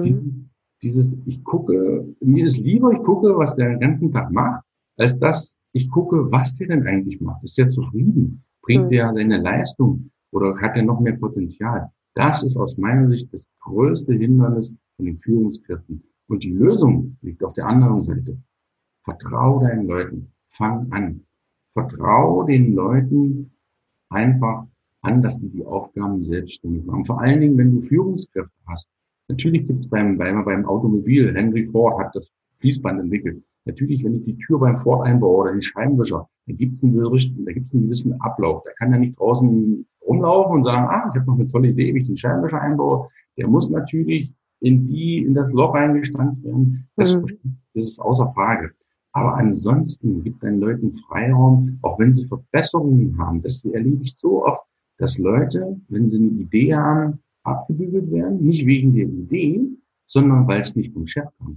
Mir ist lieber, ich gucke, was der den ganzen Tag macht, als dass ich gucke, was der denn eigentlich macht. Ist der zufrieden? Bringt der seine Leistung? Oder hat er noch mehr Potenzial? Das ist aus meiner Sicht das größte Hindernis von den Führungskräften. Und die Lösung liegt auf der anderen Seite. Vertrau deinen Leuten. Fang an. Vertrau den Leuten einfach an, dass die Aufgaben selbstständig machen. Vor allen Dingen, wenn du Führungskräfte hast. Natürlich gibt es beim Automobil, Henry Ford hat das Fließband entwickelt. Natürlich, wenn ich die Tür beim Ford einbaue oder den Scheibenwischer, da gibt es einen gewissen Ablauf. Da kann er nicht draußen rumlaufen und sagen, ich habe noch eine tolle Idee, wie ich den Scheibenwischer einbaue. Der muss natürlich in das Loch reingestanzt werden. Das ist außer Frage. Aber ansonsten gibt deinen Leuten Freiraum, auch wenn sie Verbesserungen haben. Das erlebe ich so oft, dass Leute, wenn sie eine Idee haben, abgebügelt werden. Nicht wegen der Idee, sondern weil es nicht vom Chef kam.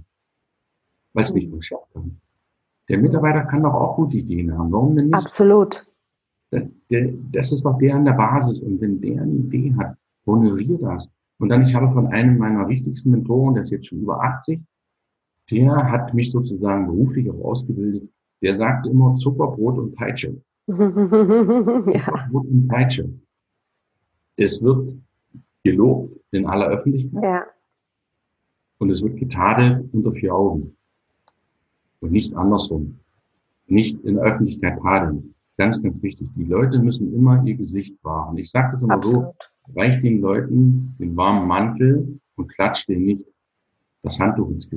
Der Mitarbeiter kann doch auch gute Ideen haben. Warum denn nicht? Absolut. Das ist doch der an der Basis. Und wenn der eine Idee hat, honoriere das. Und dann, ich habe von einem meiner wichtigsten Mentoren, der ist jetzt schon über 80, der hat mich sozusagen beruflich auch ausgebildet. Der sagte immer Zuckerbrot und Peitsche. Zuckerbrot und Peitsche. Es wird gelobt in aller Öffentlichkeit. Ja. Und es wird getadelt unter 4 Augen. Und nicht andersrum. Nicht in der Öffentlichkeit tadeln. Ganz, ganz wichtig. Die Leute müssen immer ihr Gesicht wahren. Ich sage das immer so, reicht den Leuten den warmen Mantel und klatscht denen nicht das Handtuch ins Gesicht.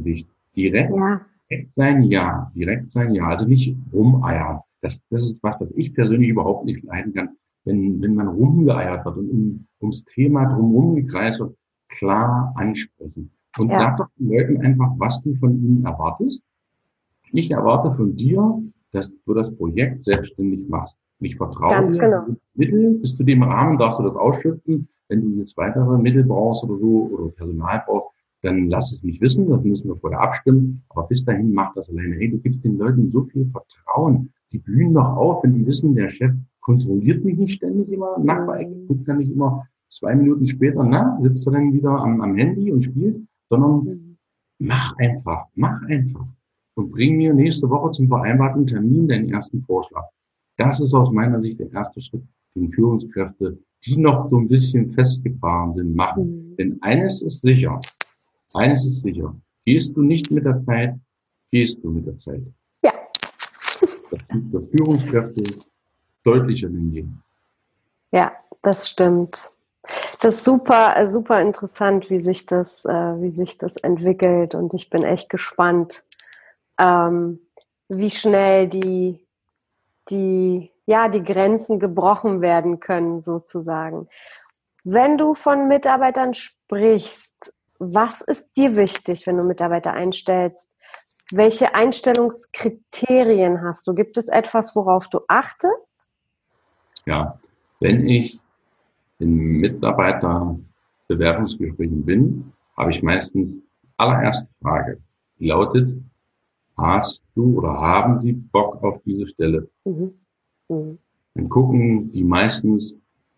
Direkt sein, ja. Direkt sein, ja. Also nicht rumeiern. Das ist was ich persönlich überhaupt nicht leiden kann. Wenn man rumgeeiert wird und ums Thema drumherum gekreist wird, klar ansprechen. Und sag doch den Leuten einfach, was du von ihnen erwartest. Ich erwarte von dir, dass du das Projekt selbstständig machst. Und ich vertraue dir. Genau. Mittel, bis zu dem Rahmen darfst du das ausschöpfen. Wenn du jetzt weitere Mittel brauchst oder so, oder Personal brauchst, dann lass es mich wissen. Das müssen wir vorher abstimmen. Aber bis dahin mach das alleine. Hey, du gibst den Leuten so viel Vertrauen. Die blühen doch auf, wenn die wissen, der Chef kontrolliert mich nicht ständig immer. Nachbarecke guckt dann nicht immer 2 Minuten später, sitzt er dann wieder am Handy und spielt, sondern mach einfach. Und bring mir nächste Woche zum vereinbarten Termin deinen ersten Vorschlag. Das ist aus meiner Sicht der erste Schritt, den Führungskräfte, die noch so ein bisschen festgefahren sind, machen. Denn eines ist sicher. Gehst du nicht mit der Zeit, gehst du mit der Zeit. Ja. Das tut für Führungskräfte deutlicher denn je. Ja, das stimmt. Das ist super, super interessant, wie sich das entwickelt. Und ich bin echt gespannt, wie schnell die Grenzen gebrochen werden können, sozusagen. Wenn du von Mitarbeitern sprichst, was ist dir wichtig, wenn du Mitarbeiter einstellst? Welche Einstellungskriterien hast du? Gibt es etwas, worauf du achtest? Ja, wenn ich in Mitarbeiterbewerbungsgesprächen bin, habe ich meistens allererste Frage, die lautet: Hast du oder haben Sie Bock auf diese Stelle? Dann gucken die meistens,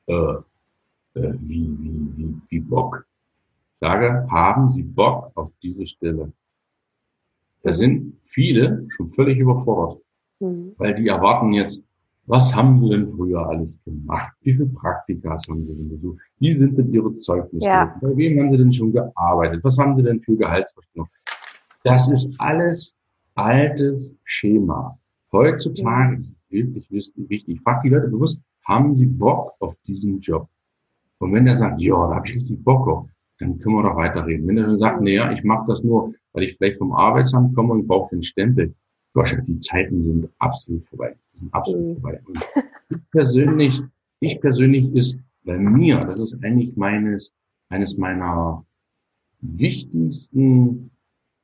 wie Bock. Ich sage, haben Sie Bock auf diese Stelle? Da sind viele schon völlig überfordert, weil die erwarten jetzt, was haben Sie denn früher alles gemacht? Wie viele Praktikas haben Sie denn besucht? Wie sind denn Ihre Zeugnisse? Ja. Bei wem haben Sie denn schon gearbeitet? Was haben Sie denn für Gehaltsvorstellungen? Das ist alles altes Schema. Heutzutage ist es wirklich wichtig. Frag die Leute bewusst, haben Sie Bock auf diesen Job? Und wenn der sagt, ja, da habe ich richtig Bock auf, dann können wir doch weiterreden. Wenn er dann sagt, naja, ich mache das nur, weil ich vielleicht vom Arbeitsamt komme und brauche den Stempel. Die Zeiten sind absolut vorbei. Und ich persönlich ist bei mir, das ist eigentlich eines meiner wichtigsten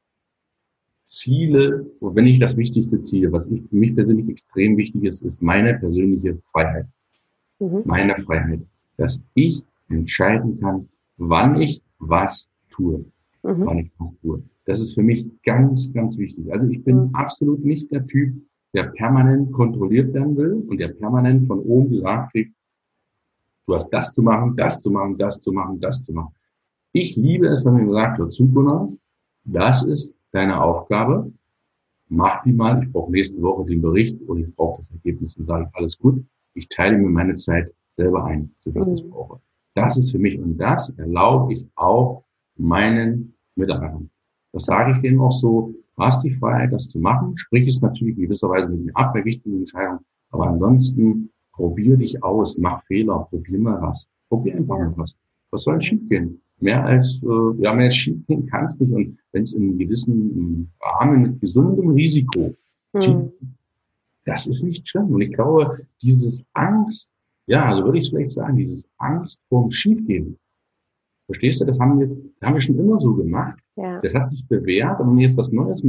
Ziele, und wenn nicht das wichtigste Ziel, was für mich persönlich extrem wichtig ist meine persönliche Freiheit. Meine Freiheit, dass ich entscheiden kann, wann ich was tue. Das ist für mich ganz, ganz wichtig. Also ich bin absolut nicht der Typ, der permanent kontrolliert werden will und der permanent von oben gesagt kriegt, du hast das zu machen, das zu machen, das zu machen, das zu machen. Ich liebe es, wenn mir gesagt wird, Gunnar, das ist deine Aufgabe, mach die mal, ich brauche nächste Woche den Bericht und ich brauche das Ergebnis, und sage ich, alles gut, ich teile mir meine Zeit selber ein, so wie ich das brauche. Das ist für mich, und das erlaube ich auch meinen Mitarbeitern. Das sage ich denen auch so, du hast die Freiheit, das zu machen, sprich es natürlich in gewisser Weise mit mir ab bei wichtigen Entscheidungen, aber ansonsten probier dich aus, mach Fehler, probier mal was, probier einfach mal was. Was soll schief gehen? Mehr als schief gehen kann es nicht, und wenn es in einem gewissen Rahmen mit gesundem Risiko das ist nicht schlimm. Und ich glaube, dieses Angst, so würde ich es vielleicht sagen, dieses Angst vorm Schiefgehen, verstehst du, das haben wir schon immer so gemacht. Ja. Das hat sich bewährt, und wenn wir jetzt was Neues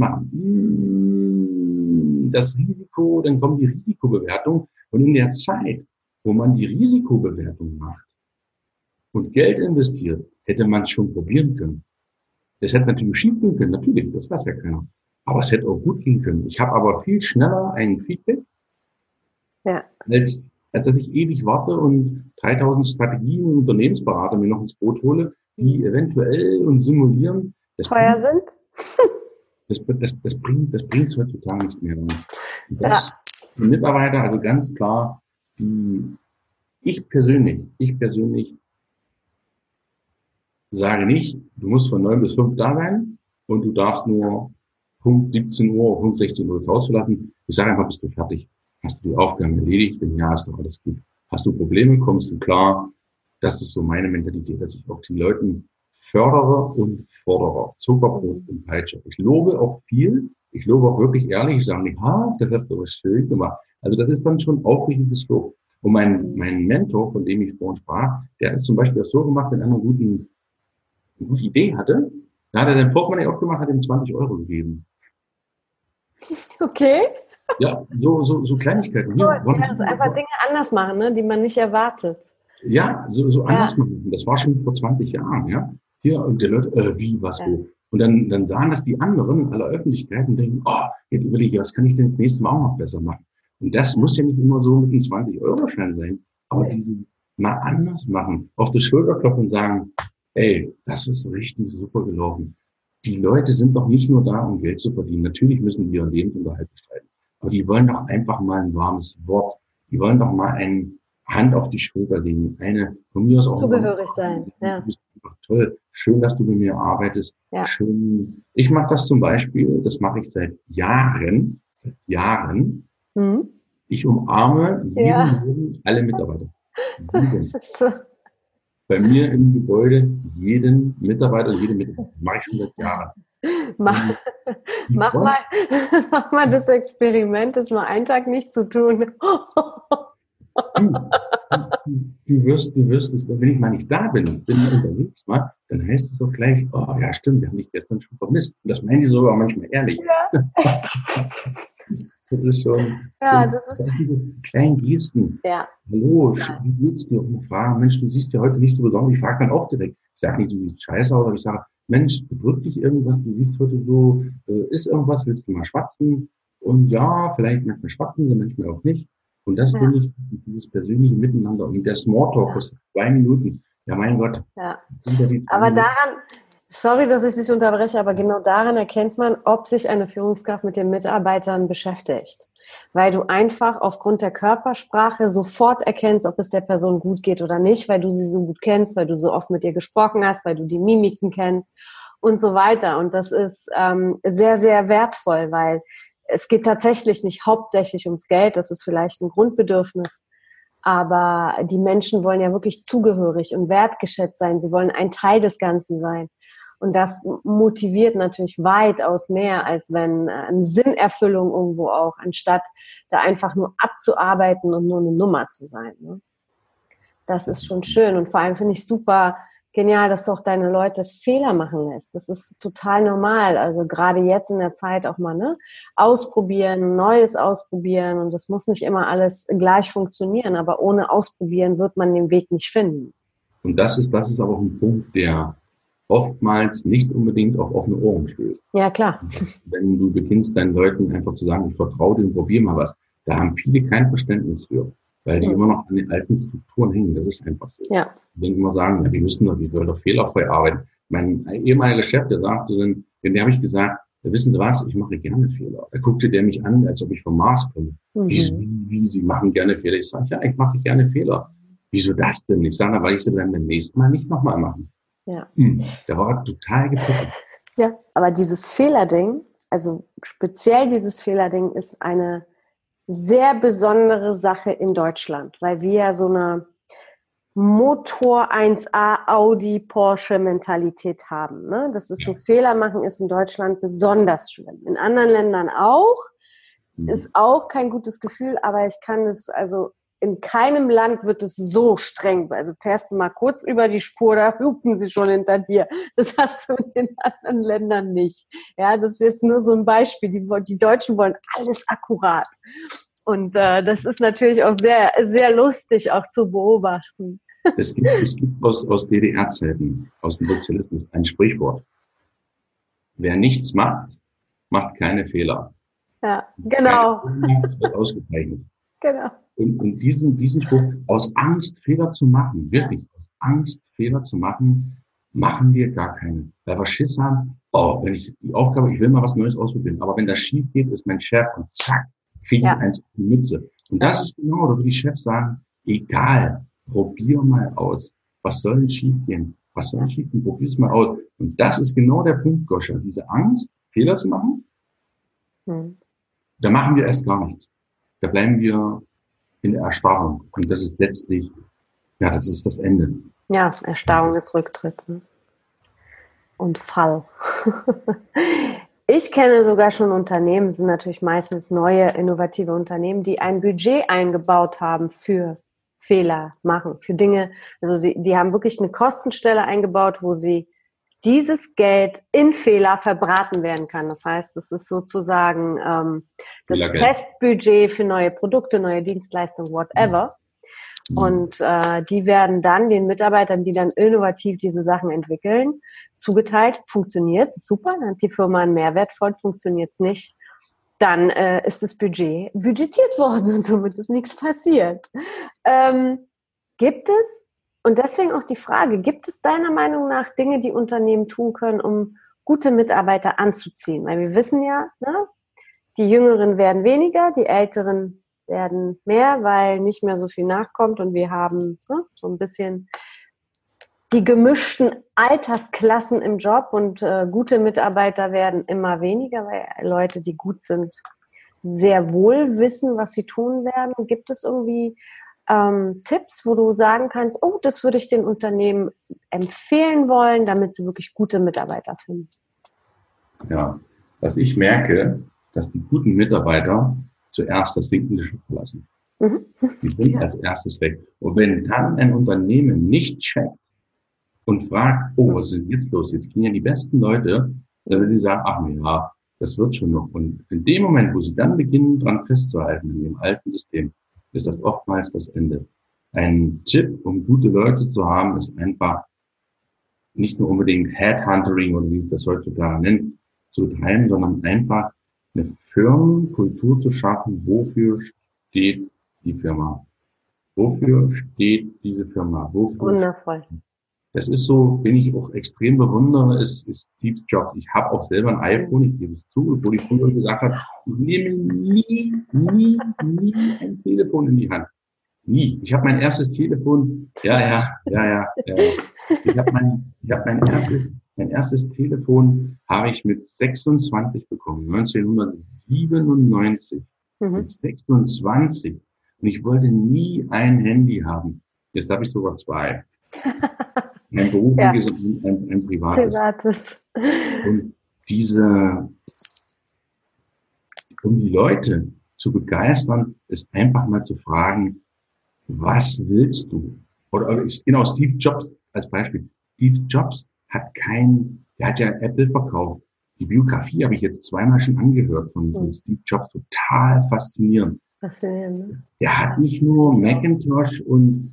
machen, das Risiko, dann kommt die Risikobewertung, und in der Zeit, wo man die Risikobewertung macht und Geld investiert, hätte man es schon probieren können. Es hätte natürlich schief gehen können, natürlich, das weiß ja keiner. Aber es hätte auch gut gehen können. Ich habe aber viel schneller ein Feedback, als dass ich ewig warte und 3000 Strategien und Unternehmensberater mir noch ins Boot hole, die eventuell und simulieren. Teuer sind? Das bringt es heutzutage nicht mehr. Die Mitarbeiter, also ganz klar, ich persönlich sage nicht, du musst von 9 bis 5 da sein und du darfst nur Punkt 17 Uhr, Punkt 16 Uhr das Haus verlassen. Ich sage einfach, bist du fertig? Hast du die Aufgaben erledigt? Wenn ja, ist doch alles gut. Hast du Probleme? Kommst du klar? Das ist so meine Mentalität, dass ich auch den Leuten Förderer und Forderer, Zuckerbrot und Peitsche. Ich lobe auch viel. Ich lobe auch wirklich ehrlich. Ich sage nicht, das hast du was schön gemacht. Also das ist dann schon aufrichtiges Lob. Und mein Mentor, von dem ich vorhin sprach, der hat zum Beispiel das so gemacht, wenn einer eine gute Idee hatte, da hat er den Portemonnaie aufgemacht, hat ihm 20 Euro gegeben. Okay. Ja, so Kleinigkeiten. Hier, also einfach Dinge anders machen, ne, die man nicht erwartet. Ja, so anders machen. Das war schon vor 20 Jahren, ja. Hier, und die Leute, wie, was, wo. Und dann sahen das die anderen in aller Öffentlichkeit und denken, jetzt überlege ich, was kann ich denn das nächste Mal auch noch besser machen? Und das muss ja nicht immer so mit einem 20-Euro-Schein sein, aber diese mal anders machen, auf die Schulter klopfen und sagen, ey, das ist richtig super gelaufen. Die Leute sind doch nicht nur da, um Geld zu verdienen. Natürlich müssen die ihren Lebensunterhalt bestreiten. Aber die wollen doch einfach mal ein warmes Wort. Die wollen doch mal eine Hand auf die Schulter legen. Von mir aus auch. Zugehörig sein, ja. Du bist einfach toll. Schön, dass du mit mir arbeitest. Ja. Schön. Ich mache das zum Beispiel, das mache ich seit Jahren. Ich umarme alle Mitarbeiter. So. Bei mir im Gebäude jeden Mitarbeiter, jede Mitarbeiter. Mache ich schon seit Jahren. Mach mal das Experiment, das mal einen Tag nicht zu tun. Du wirst es, wenn ich mal nicht da bin unterwegs, dann heißt es auch gleich, ja stimmt, wir haben dich gestern schon vermisst. Und das meinen die sogar manchmal ehrlich. Ja. Das ist schon diese kleinen Gesten. Ja. Hallo, wie geht's dir? Und fragen, Mensch, du siehst ja heute nicht so besonders. Ich frage dann auch direkt. Ich sage nicht, du siehst scheiße aus, aber ich sage, Mensch, bedrückt dich irgendwas? Du siehst heute so, ist irgendwas, willst du mal schwatzen? Und ja, vielleicht manchmal schwatzen, manchmal auch nicht. Und das finde ich, dieses persönliche Miteinander. Und der Smalltalk kostet 2 Minuten. Ja, mein Gott. Ja. Aber daran, sorry, dass ich dich unterbreche, aber genau daran erkennt man, ob sich eine Führungskraft mit den Mitarbeitern beschäftigt. Weil du einfach aufgrund der Körpersprache sofort erkennst, ob es der Person gut geht oder nicht, weil du sie so gut kennst, weil du so oft mit ihr gesprochen hast, weil du die Mimiken kennst und so weiter. Und das ist sehr, sehr wertvoll, weil es geht tatsächlich nicht hauptsächlich ums Geld, das ist vielleicht ein Grundbedürfnis, aber die Menschen wollen ja wirklich zugehörig und wertgeschätzt sein, sie wollen ein Teil des Ganzen sein. Und das motiviert natürlich weitaus mehr, als wenn eine Sinnerfüllung irgendwo auch, anstatt da einfach nur abzuarbeiten und nur eine Nummer zu sein. Ne? Das ist schon schön und vor allem finde ich super genial, dass du auch deine Leute Fehler machen lässt. Das ist total normal. Also gerade jetzt in der Zeit auch mal ausprobieren, Neues ausprobieren und das muss nicht immer alles gleich funktionieren, aber ohne Ausprobieren wird man den Weg nicht finden. Und das ist aber auch ein Punkt, der oftmals nicht unbedingt auf offene Ohren stößt. Ja, klar. Wenn du beginnst, deinen Leuten einfach zu sagen, ich vertraue dir und probier mal was, da haben viele kein Verständnis für, weil die immer noch an den alten Strukturen hängen. Das ist einfach so. Ja. Wenn immer sagen, ja, wir sollen doch fehlerfrei arbeiten. Mein ehemaliger Chef, der sagte dann, dem habe ich gesagt, wissen Sie was, ich mache gerne Fehler. Da guckte der mich an, als ob ich vom Mars komme. Wie Sie machen gerne Fehler? Ich sage, ja, ich mache gerne Fehler. Wieso das denn? Ich sage, weil ich sie dann beim nächsten Mal nicht nochmal machen. Ja. Der war total gepackt. Ja, aber dieses Fehlerding, also speziell dieses Fehlerding ist eine sehr besondere Sache in Deutschland, weil wir ja so eine Motor 1A Audi Porsche Mentalität haben. Ne? Das ist so, Fehler machen ist in Deutschland besonders schlimm. In anderen Ländern auch, ist auch kein gutes Gefühl, aber ich kann es, also in keinem Land wird es so streng. Also fährst du mal kurz über die Spur, da hupen sie schon hinter dir. Das hast du in den anderen Ländern nicht. Ja, das ist jetzt nur so ein Beispiel. Die Deutschen wollen alles akkurat. Und das ist natürlich auch sehr, sehr lustig auch zu beobachten. Es gibt aus DDR-Zeiten, aus dem Sozialismus, ein Sprichwort. Wer nichts macht, macht keine Fehler. Ja, genau. Wird ausgezeichnet. Genau. Und diesen Spruch, aus Angst, Fehler zu machen, wirklich, aus Angst, Fehler zu machen, machen wir gar keine. Weil wir Schiss haben, wenn ich die Aufgabe, ich will mal was Neues ausprobieren, aber wenn das schief geht, ist mein Chef und zack, kriege ich eins auf die Mütze. Und das ist genau, wo die Chefs sagen, egal, probier mal aus. Was soll denn schief gehen? Probier es mal aus. Und das ist genau der Punkt, Goscha, diese Angst, Fehler zu machen, da machen wir erst gar nichts. Da bleiben wir in der Erstarrung. Und das ist letztlich, das ist das Ende. Ja, Erstarrung ist Rücktritt. Ne? und Fall. Ich kenne sogar schon Unternehmen, sind natürlich meistens neue, innovative Unternehmen, die ein Budget eingebaut haben für Fehler machen, für Dinge. Also die haben wirklich eine Kostenstelle eingebaut, wo sie dieses Geld in Fehler verbraten werden kann. Das heißt, es ist sozusagen das Testbudget für neue Produkte, neue Dienstleistungen, whatever. Und die werden dann den Mitarbeitern, die dann innovativ diese Sachen entwickeln, zugeteilt. Funktioniert, ist super, dann hat die Firma einen Mehrwert von, funktioniert es nicht. Dann ist das Budget budgetiert worden und somit ist nichts passiert. Gibt es, und deswegen auch die Frage, gibt es deiner Meinung nach Dinge, die Unternehmen tun können, um gute Mitarbeiter anzuziehen? Weil wir wissen ja, ne, die Jüngeren werden weniger, die Älteren werden mehr, weil nicht mehr so viel nachkommt und wir haben so ein bisschen die gemischten Altersklassen im Job und gute Mitarbeiter werden immer weniger, weil Leute, die gut sind, sehr wohl wissen, was sie tun werden. Gibt es irgendwie Tipps, wo du sagen kannst, oh, das würde ich den Unternehmen empfehlen wollen, damit sie wirklich gute Mitarbeiter finden? Ja, was ich merke, dass die guten Mitarbeiter zuerst das sinkende Schiff verlassen. Die sind als erstes weg. Und wenn dann ein Unternehmen nicht checkt und fragt, oh, was ist jetzt los? Jetzt gehen ja die besten Leute, dann würden die sagen, ach ja, das wird schon noch. Und in dem Moment, wo sie dann beginnen, dran festzuhalten, in dem alten System, ist das oftmals das Ende. Ein Tipp, um gute Leute zu haben, ist einfach nicht nur unbedingt Headhuntering oder wie sie das heutzutage nennt, zu treiben, sondern einfach eine Firmenkultur zu schaffen. Wofür steht die Firma? Wofür steht diese Firma? Wundervoll. Das ist so, wenn ich auch extrem bewundere, ist Steve Jobs. Ich habe auch selber ein iPhone, ich gebe es zu, obwohl ich früher gesagt habe, ich nehme nie ein Telefon in die Hand. Nie. Ich habe mein erstes Telefon, Ich habe mein erstes Telefon habe ich mit 26 bekommen, 1997. Mit 26. Und ich wollte nie ein Handy haben. Jetzt habe ich sogar zwei. Ein berufliches und ein privates. Und um die Leute zu begeistern, ist einfach mal zu fragen, was willst du? Oder genau, Steve Jobs als Beispiel. Steve Jobs der hat ja Apple verkauft. Die Biografie habe ich jetzt zweimal schon angehört von Steve Jobs. Total faszinierend. Faszinierend, ne? Er hat nicht nur Macintosh und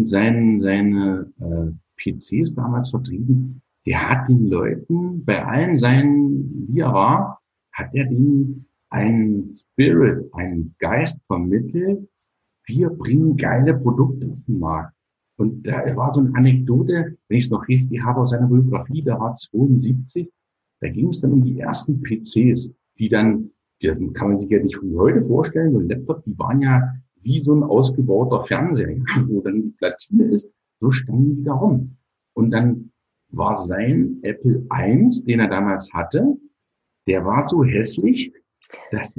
seine PCs damals vertrieben. Der hat den Leuten, bei allen seinen, wie er war, hat er denen einen Spirit, einen Geist vermittelt. Wir bringen geile Produkte auf den Markt. Und da war so eine Anekdote, wenn ich es noch richtig habe aus seiner Biografie, da war 72, da ging es dann um die ersten PCs, die kann man sich ja nicht wie heute vorstellen, so ein Laptop, die waren ja wie so ein ausgebauter Fernseher, wo dann die Platine ist, so standen die da rum. Und dann war sein Apple I, den er damals hatte, der war so hässlich, dass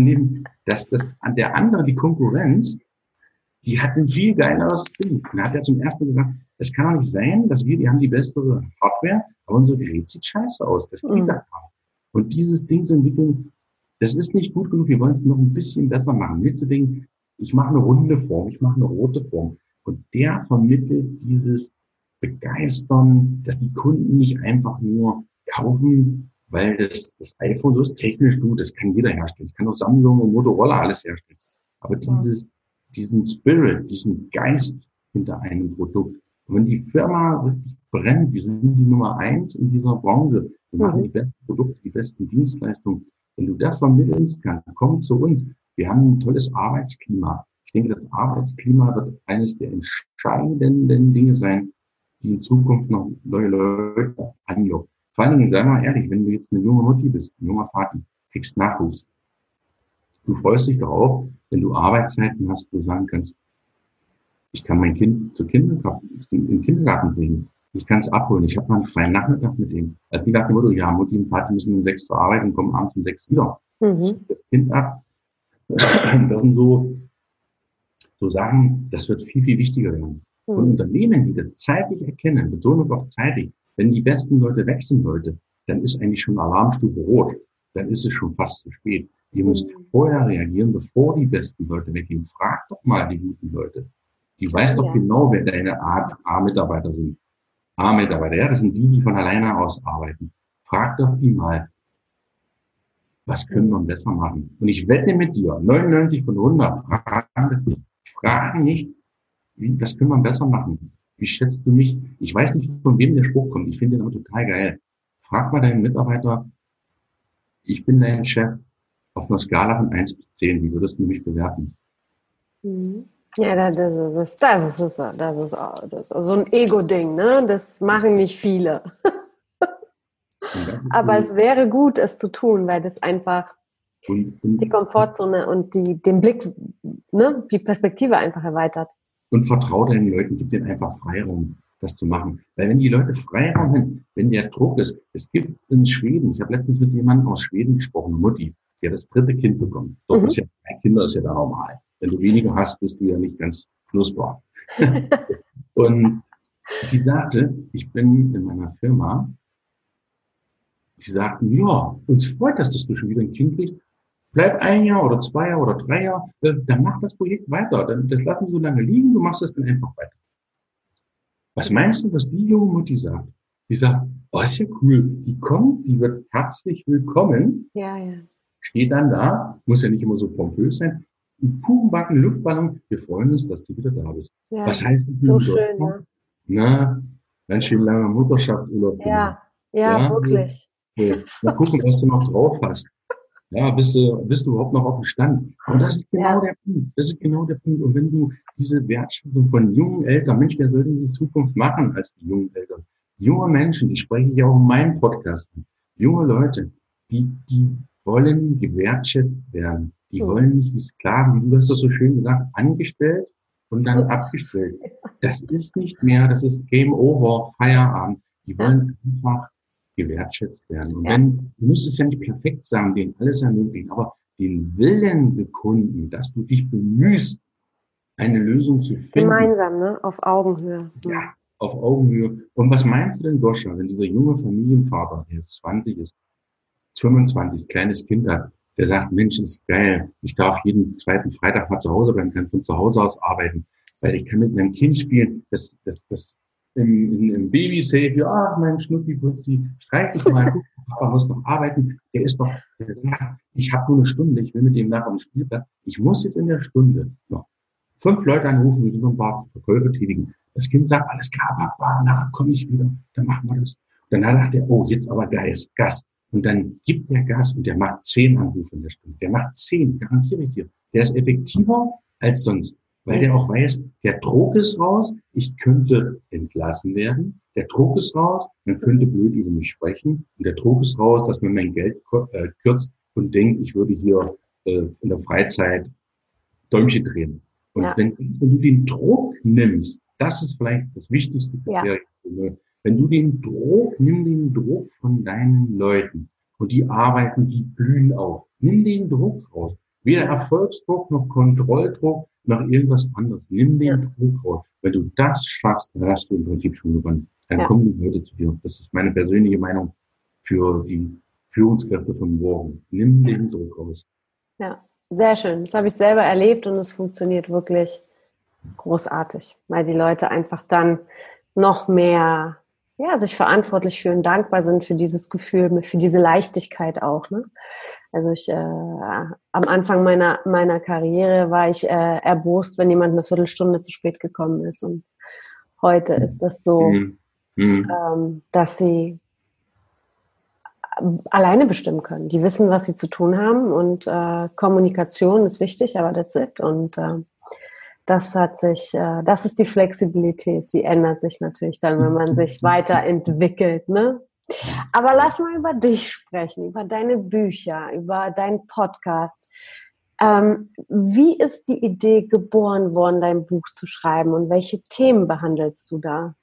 der andere, die Konkurrenz, die hat ein viel geileres Ding. Und da hat er zum ersten Mal gesagt, es kann doch nicht sein, dass die haben die bessere Hardware, aber unser Gerät sieht scheiße aus. Das geht da gar nicht. Und dieses Ding zu entwickeln, das ist nicht gut genug. Wir wollen es noch ein bisschen besser machen. Nicht zu denken, ich mache eine runde Form, ich mache eine rote Form. Und der vermittelt dieses Begeistern, dass die Kunden nicht einfach nur kaufen, weil das iPhone so ist technisch gut, das kann jeder herstellen. Das kann auch Samsung und Motorola alles herstellen. Aber diesen Spirit, diesen Geist hinter einem Produkt. Und wenn die Firma wirklich brennt, wir sind die Nummer 1 in dieser Branche, wir machen die besten Produkte, die besten Dienstleistungen. Wenn du das vermitteln kannst, komm zu uns. Wir haben ein tolles Arbeitsklima. Ich denke, das Arbeitsklima wird eines der entscheidenden Dinge sein, die in Zukunft noch neue Leute anlockt. Vor allen Dingen, sei mal ehrlich, wenn du jetzt eine junge Mutti bist, ein junger Vati, kriegst Nachwuchs. Du freust dich darauf, wenn du Arbeitszeiten hast, wo du sagen kannst, ich kann mein Kind in den Kindergarten bringen. Ich kann es abholen. Ich habe mal einen freien Nachmittag mit ihm. Also die dachte Motto, ja, Mutti und Vati müssen um 6 zur Arbeit und kommen abends um 6 wieder. Das Kind ab. Das sind so Sachen, das wird viel, viel wichtiger werden. Und Unternehmen, die das zeitlich erkennen, Betonung auf zeitig, Wenn die besten Leute weg sind heute, dann ist eigentlich schon Alarmstufe rot. Dann ist es schon fast zu spät. Ihr müsst vorher reagieren, bevor die besten Leute weggehen. Frag doch mal die guten Leute. Die weiß doch genau, wer deine A-Mitarbeiter sind. A-Mitarbeiter, ja, das sind die, die von alleine aus arbeiten. Frag doch die mal, was können wir besser machen? Und ich wette mit dir, 99 von 100 fragen das nicht. Fragen nicht, was können wir besser machen? Wie schätzt du mich? Ich weiß nicht, von wem der Spruch kommt. Ich finde den aber total geil. Frag mal deinen Mitarbeiter, ich bin dein Chef, auf einer Skala von 1 bis 10. Wie würdest du mich bewerten? Ja, das ist so ein Ego-Ding, ne? Das machen nicht viele. Aber es wäre gut, es zu tun, weil das einfach die Komfortzone und den Blick, ne, die Perspektive einfach erweitert. Und vertraue deinen Leuten, gib denen einfach Freiraum, das zu machen. Weil wenn die Leute Freiraum haben, wenn der Druck ist, es gibt in Schweden, ich habe letztens mit jemandem aus Schweden gesprochen, Mutti, die hat das 3. Kind bekommen. Dort ist ja, 3 Kinder ist ja da normal. Wenn du weniger hast, bist du ja nicht ganz knusper. Und die sagte, ich bin in meiner Firma, die sagten, ja, uns freut das, dass du schon wieder ein Kind kriegst. Bleib 1 Jahr oder 2 Jahre oder 3 Jahre, dann mach das Projekt weiter. Das lassen wir so lange liegen, du machst das dann einfach weiter. Was meinst du, was die junge Mutti sagt? Die sagt, oh, ist ja cool, die kommt, die wird herzlich willkommen. Ja. Steht dann da, muss ja nicht immer so pompös sein. Ein Kuchenbacken, Luftballon, wir freuen uns, dass du wieder da bist. Ja, was heißt das? So schön, ja. Na, ganz schön langer Mutterschaftsurlaub. Ja, wirklich. Mal gucken, was du noch drauf hast. Ja, bist du überhaupt noch auf dem Stand? Und das ist genau der Punkt. Das ist genau der Punkt. Und wenn du diese Wertschätzung von jungen Eltern, Mensch, wer soll denn die Zukunft machen als die jungen Eltern? Junge Menschen, die spreche ich auch in meinem Podcast an. Junge Leute, die wollen gewertschätzt werden. Die wollen nicht wie Sklaven, wie du hast das so schön gesagt, angestellt und dann abgestellt. Das ist nicht mehr, das ist Game Over, Feierabend. Die wollen einfach gewertschätzt werden. Und du musst es ja nicht perfekt sagen, denen alles ermöglichen, aber den Willen bekunden, dass du dich bemühst, eine Lösung zu finden. Gemeinsam, ne? Auf Augenhöhe. Ja, auf Augenhöhe. Und was meinst du denn, Goscha, wenn dieser junge Familienvater, der jetzt 20 ist, 25, kleines Kind hat, der sagt, Mensch, das ist geil, ich darf jeden 2. Freitag mal zu Hause bleiben, kann von zu Hause aus arbeiten, weil ich kann mit meinem Kind spielen, das im Baby-Safe, ja, mein Schnuppi-Putzi, streich dich mal, guck, Papa muss noch arbeiten, der sagt, ich habe nur 1 Stunde, ich will mit dem nachher am Spielplatz, ich muss jetzt in der Stunde noch 5 Leute anrufen, die so ein paar Verkäufe tätigen. Das Kind sagt, alles klar, Papa, nachher komme ich wieder, dann machen wir das. Und dann sagt er, oh, jetzt aber Gas. Und dann gibt der Gas und der macht 10 Anrufe in der Stunde. Der macht 10, garantiere ich dir. Der ist effektiver als sonst. Weil der auch weiß, der Druck ist raus, ich könnte entlassen werden, der Druck ist raus, man könnte blöd über mich sprechen und der Druck ist raus, dass man mein Geld kürzt und denkt, ich würde hier in der Freizeit Däumchen drehen. Und wenn du den Druck nimmst, das ist vielleicht das wichtigste Kriterium. Wenn du nimm den Druck von deinen Leuten und die arbeiten, die blühen auf. Nimm den Druck raus. Weder Erfolgsdruck noch Kontrolldruck noch irgendwas anderes. Nimm den Druck raus. Wenn du das schaffst, dann hast du im Prinzip schon gewonnen. Dann kommen die Leute zu dir. Das ist meine persönliche Meinung für die Führungskräfte von morgen. Nimm den Druck raus. Ja, sehr schön. Das habe ich selber erlebt und es funktioniert wirklich großartig, weil die Leute einfach dann noch mehr sich verantwortlich fühlen, dankbar sind für dieses Gefühl, für diese Leichtigkeit auch. Ne? Also am Anfang meiner Karriere war ich erbost, wenn jemand eine Viertelstunde zu spät gekommen ist. Und heute ist das so, dass sie alleine bestimmen können. Die wissen, was sie zu tun haben und Kommunikation ist wichtig, aber that's it. Und das ist die Flexibilität, die ändert sich natürlich dann, wenn man sich weiterentwickelt, ne? Aber lass mal über dich sprechen, über deine Bücher, über deinen Podcast. Wie ist die Idee geboren worden, dein Buch zu schreiben und welche Themen behandelst du da?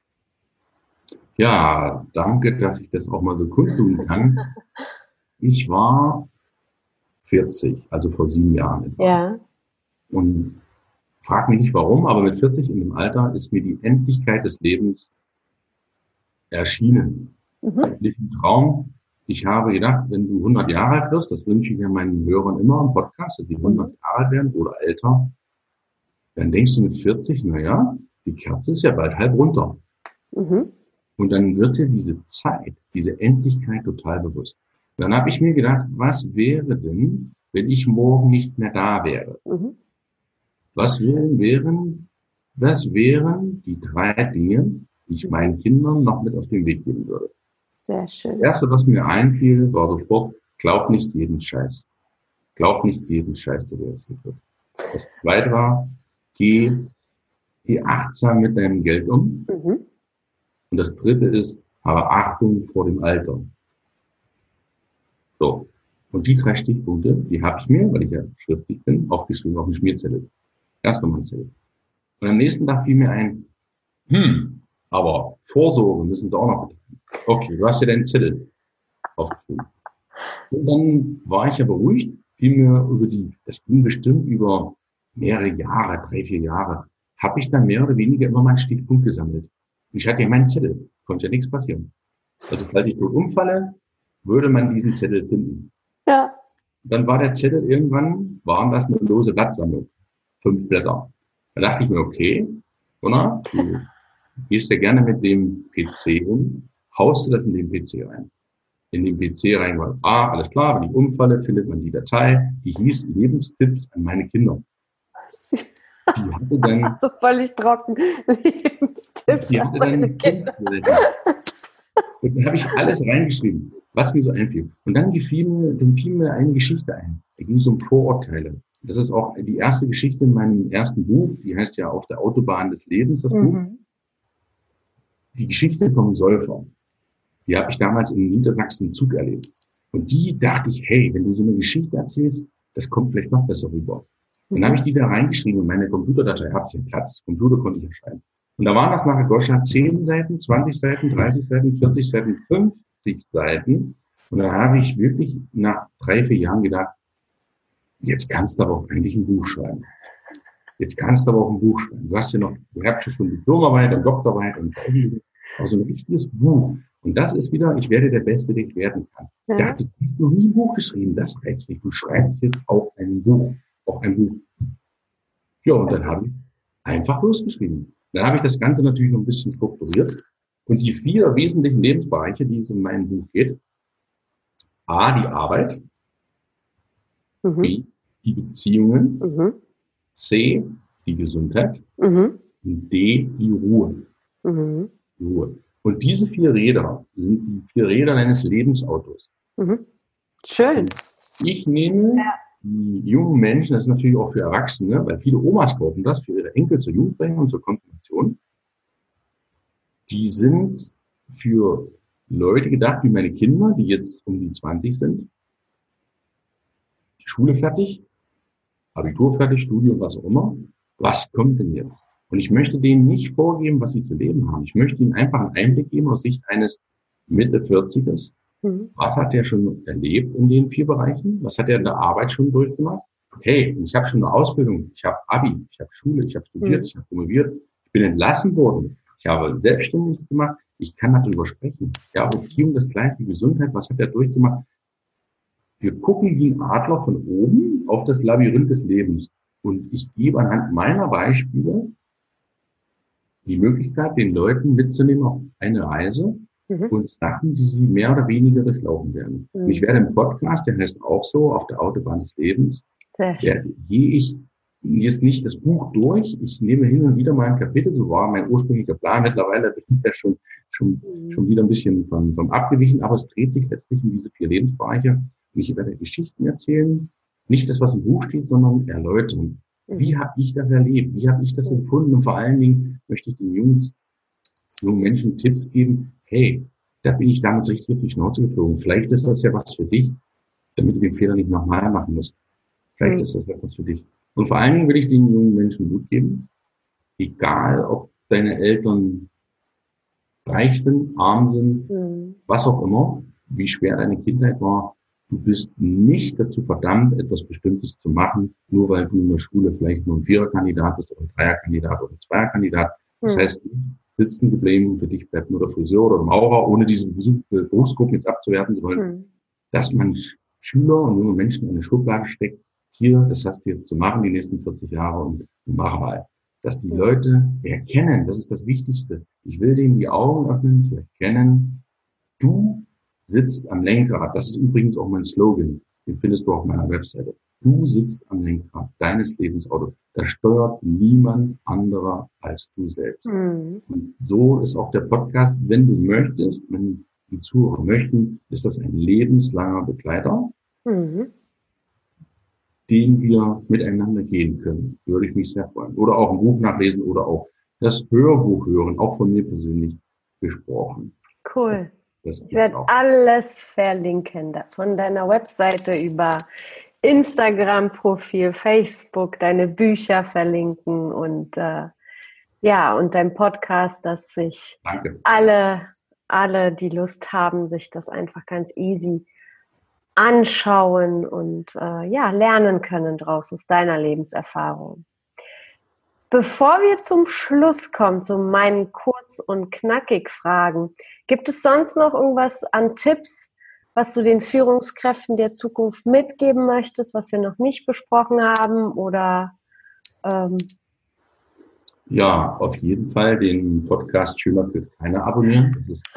Ja, danke, dass ich das auch mal so kundtun kann. Ich war 40, also vor 7 Jahren etwa. Ja. Und frag mich nicht warum, aber mit 40 in dem Alter ist mir die Endlichkeit des Lebens erschienen. Wirklich ein Traum. Ich habe gedacht, wenn du 100 Jahre alt wirst, das wünsche ich ja meinen Hörern immer im Podcast, dass sie 100 Jahre alt werden oder älter, dann denkst du mit 40, naja, die Kerze ist ja bald halb runter. Und dann wird dir diese Zeit, diese Endlichkeit total bewusst. Dann habe ich mir gedacht, was wäre denn, wenn ich morgen nicht mehr da wäre? Was wären die 3 Dinge, die ich meinen Kindern noch mit auf den Weg geben würde? Sehr schön. Das Erste, was mir einfiel, war sofort, glaub nicht jeden Scheiß. Glaub nicht jeden Scheiß, der dir erzählt wird. Das Zweite war, geh achtsam mit deinem Geld um. Und das Dritte ist, habe Achtung vor dem Alter. So. Und die 3 Stichpunkte, die habe ich mir, weil ich ja schriftlich bin, aufgeschrieben auf dem Schmierzettel. Erst nochmal ein Zettel. Und am nächsten Tag fiel mir ein, aber Vorsorge müssen sie auch noch betreiben. Okay, du hast ja deinen Zettel aufgeschrieben. Und dann war ich ja beruhigt, fiel mir das ging bestimmt über mehrere Jahre, 3, 4 Jahre, habe ich dann mehr oder weniger immer mal einen Stichpunkt gesammelt. Und ich hatte ja meinen Zettel, konnte ja nichts passieren. Also falls ich tot umfalle, würde man diesen Zettel finden. Ja. Dann war der Zettel irgendwann, waren das eine lose Blattsammlung. 5 Blätter. Da dachte ich mir, okay, Gunnar, du gehst ja gerne mit dem PC um, haust du das in den PC rein. In den PC rein, weil, alles klar, wenn ich umfalle, findet man die Datei, die hieß Lebenstipps an meine Kinder. Die hatte dann... Also völlig trocken. Lebenstipps an meine Kinder. Und da habe ich alles reingeschrieben, was mir so einfiel. Und dann fiel mir eine Geschichte ein. Da ging es um Vorurteile. Das ist auch die erste Geschichte in meinem ersten Buch. Die heißt ja Auf der Autobahn des Lebens, das Buch. Die Geschichte vom Säufer. Die habe ich damals in Niedersachsen im Zug erlebt. Und die dachte ich, hey, wenn du so eine Geschichte erzählst, das kommt vielleicht noch besser rüber. Dann habe ich die da reingeschrieben und meine Computerdatei hatte ich einen Platz. Computer konnte ich erschreiben. Und da waren das nachher Gottschalk 10 Seiten, 20 Seiten, 30 Seiten, 40 Seiten, 50 Seiten. Und dann habe ich wirklich nach 3, 4 Jahren gedacht, jetzt kannst du aber auch eigentlich ein Buch schreiben. Jetzt kannst du aber auch ein Buch schreiben. Du hast ja schon Diplomarbeit und Doktorarbeit und also ein richtiges Buch. Und das ist wieder, ich werde der Beste, der ich werden kann. Ja. Ich dachte, ich habe noch nie ein Buch geschrieben, das reizt dich. Du schreibst jetzt auch ein Buch. Ja, und dann habe ich einfach losgeschrieben. Dann habe ich das Ganze natürlich noch ein bisschen strukturiert. Und die 4 wesentlichen Lebensbereiche, die es in meinem Buch geht: A, die Arbeit. B, die Beziehungen. C, die Gesundheit. Und D, die Ruhe. Ruhe. Und diese 4 Räder sind die 4 Räder eines Lebensautos. Schön. Ich nehme die jungen Menschen, das ist natürlich auch für Erwachsene, weil viele Omas kaufen das für ihre Enkel zur Jugendbringung und zur Konfirmation. Die sind für Leute gedacht, wie meine Kinder, die jetzt um die 20 sind. Schule fertig, Abitur fertig, Studium, was auch immer. Was kommt denn jetzt? Und ich möchte denen nicht vorgeben, was sie zu leben haben. Ich möchte ihnen einfach einen Einblick geben aus Sicht eines Mitte 40ers. Was hat der schon erlebt in den 4 Bereichen? Was hat er in der Arbeit schon durchgemacht? Hey, ich habe schon eine Ausbildung, ich habe Abi, ich habe Schule, ich habe studiert, ich habe promoviert, ich bin entlassen worden, ich habe selbstständig gemacht, ich kann darüber sprechen. Ja, Beziehung, das Gleiche, Gesundheit, was hat er durchgemacht? Wir gucken wie ein Adler von oben auf das Labyrinth des Lebens. Und ich gebe anhand meiner Beispiele die Möglichkeit, den Leuten mitzunehmen auf eine Reise und Sachen, die sie mehr oder weniger durchlaufen werden. Und ich werde im Podcast, der heißt auch so, Auf der Autobahn des Lebens, gehe ich jetzt nicht das Buch durch. Ich nehme hin und wieder mal ein Kapitel, so war mein ursprünglicher Plan. Mittlerweile bin ich ja schon wieder ein bisschen vom abgewichen, aber es dreht sich letztlich um diese 4 Lebensbereiche. Und ich werde Geschichten erzählen, nicht das, was im Buch steht, sondern erläutern. Wie habe ich das erlebt? Wie habe ich das empfunden? Und vor allen Dingen möchte ich den jungen Menschen Tipps geben. Hey, da bin ich damals richtig auf die Schnauze geflogen. Vielleicht ist das ja was für dich, damit du den Fehler nicht nochmal machen musst. Vielleicht ist das ja was für dich. Und vor allen Dingen will ich den jungen Menschen Mut geben, egal ob deine Eltern reich sind, arm sind, was auch immer, wie schwer deine Kindheit war. Du bist nicht dazu verdammt, etwas Bestimmtes zu machen, nur weil du in der Schule vielleicht nur ein 4er-Kandidat bist oder ein 3er-Kandidat oder ein 2er-Kandidat. Das heißt nicht, sitzen geblieben. Für dich bleibt nur der Friseur oder der Maurer, ohne diese Berufsgruppen jetzt abzuwerten zu wollen, dass man Schüler und junge Menschen in eine Schublade steckt. Hier, das hast du jetzt zu machen die nächsten 40 Jahre und mach mal. Dass die Leute erkennen, das ist das Wichtigste. Ich will denen die Augen öffnen, zu erkennen, du sitzt am Lenkrad. Das ist übrigens auch mein Slogan. Den findest du auf meiner Webseite. Du sitzt am Lenkrad deines Lebensautos. Da steuert niemand anderer als du selbst. Und so ist auch der Podcast, wenn du möchtest, wenn die Zuhörer möchten, ist das ein lebenslanger Begleiter, den wir miteinander gehen können. Würde ich mich sehr freuen. Oder auch ein Buch nachlesen oder auch das Hörbuch hören, auch von mir persönlich gesprochen. Cool. Ich werde alles verlinken, von deiner Webseite über Instagram-Profil, Facebook, deine Bücher verlinken und und dein Podcast, dass sich alle, die Lust haben, sich das einfach ganz easy anschauen und lernen können draus aus deiner Lebenserfahrung. Bevor wir zum Schluss kommen, zu meinen kurz und knackig Fragen, gibt es sonst noch irgendwas an Tipps, was du den Führungskräften der Zukunft mitgeben möchtest, was wir noch nicht besprochen haben? Oder Ja, auf jeden Fall den Podcast Schöner führt keiner abonnieren. Das ist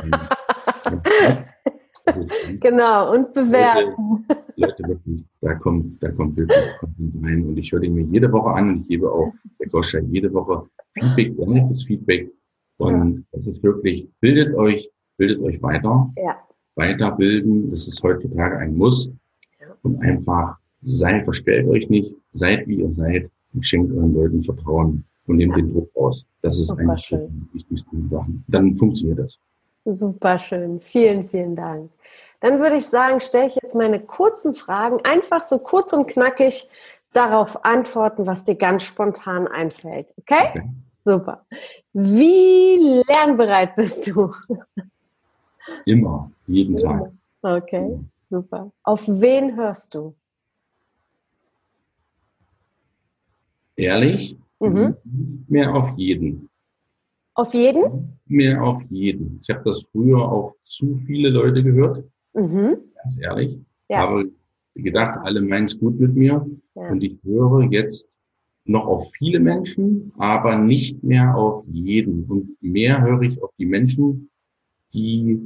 genau, und bewerten. Leute, wirklich, da kommt wirklich Content rein und ich höre den mir jede Woche an und ich gebe auch der Goscha jede Woche Feedback, ehrliches Feedback und es ist wirklich, bildet euch weiter, weiterbilden, das ist heutzutage ein Muss und einfach verstellt euch nicht, seid wie ihr seid und schenkt euren Leuten Vertrauen und nehmt den Druck aus. Das ist eigentlich die wichtigsten Sachen. Dann funktioniert das. Super schön. Vielen, vielen Dank. Dann würde ich sagen, stelle ich jetzt meine kurzen Fragen, einfach so kurz und knackig darauf antworten, was dir ganz spontan einfällt. Okay? Super. Wie lernbereit bist du? Immer, jeden Tag. Okay, super. Auf wen hörst du? Ehrlich? Nicht mehr auf jeden. Auf jeden? Mehr auf jeden. Ich habe das früher auf zu viele Leute gehört. Ganz ehrlich. Habe gedacht, alle meinen es gut mit mir. Und ich höre jetzt noch auf viele Menschen, aber nicht mehr auf jeden. Und mehr höre ich auf die Menschen, die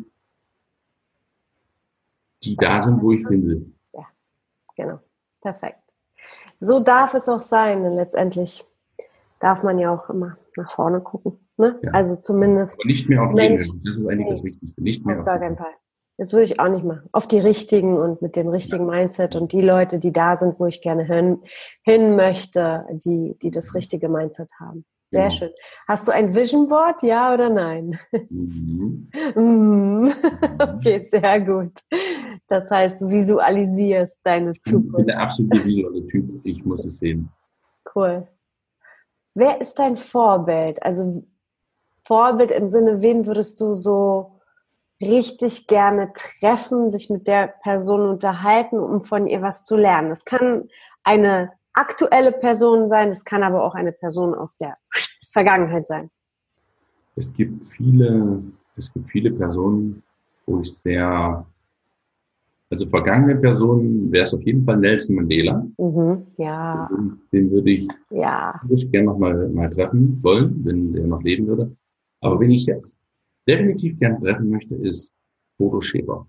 da sind, wo ich hin will. Ja, genau. Perfekt. So darf es auch sein. Und letztendlich darf man ja auch immer nach vorne gucken. Ne? Ja. Also zumindest. Aber nicht mehr auf jeden. Das ist eigentlich das Wichtigste. Nicht mehr auf gar keinen Fall. Das würde ich auch nicht machen. Auf die richtigen und mit dem richtigen Mindset und die Leute, die da sind, wo ich gerne hin möchte, die das richtige Mindset haben. Sehr schön. Hast du ein Vision Board, ja oder nein? Okay, sehr gut. Das heißt, du visualisierst deine Zukunft. Ich bin der absolute visuelle Typ. Ich muss es sehen. Cool. Wer ist dein Vorbild? Also Vorbild im Sinne, wen würdest du so richtig gerne treffen, sich mit der Person unterhalten, um von ihr was zu lernen? Das kann eine aktuelle Person sein, das kann aber auch eine Person aus der Vergangenheit sein. Es gibt viele Personen, wo ich also vergangene Personen wäre es auf jeden Fall Nelson Mandela. Ja. Den würde ich gerne noch mal treffen wollen, wenn der noch leben würde. Aber wen ich jetzt definitiv gerne treffen möchte, ist Bodo Schäfer.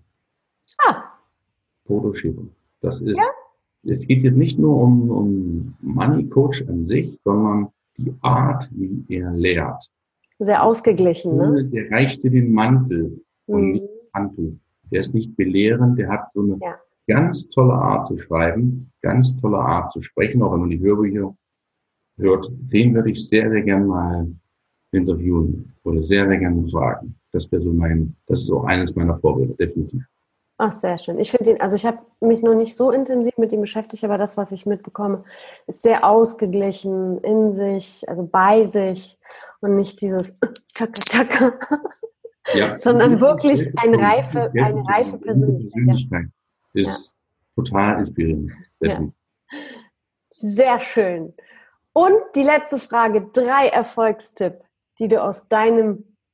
Bodo Schäfer. Das ist, es geht jetzt nicht nur um Money Coach an sich, sondern die Art, wie er lehrt. Sehr ausgeglichen, ne? Der reicht dir den Mantel und nicht das Handtuch. Der ist nicht belehrend, der hat so eine ganz tolle Art zu schreiben, ganz tolle Art zu sprechen, auch wenn man die Hörbücher hört. Den würde ich sehr, sehr gerne mal interviewen oder sehr, sehr gerne fragen. Das ist auch eines meiner Vorbilder, definitiv. Ach, sehr schön. Ich finde ihn, also ich habe mich noch nicht so intensiv mit ihm beschäftigt, aber das, was ich mitbekomme, ist sehr ausgeglichen in sich, also bei sich und nicht dieses Tschakka, sondern wirklich eine reife Persönlichkeit. Ist total inspirierend. Definitiv. Sehr schön. Und die letzte Frage, 3 Erfolgstipps, die du aus deinem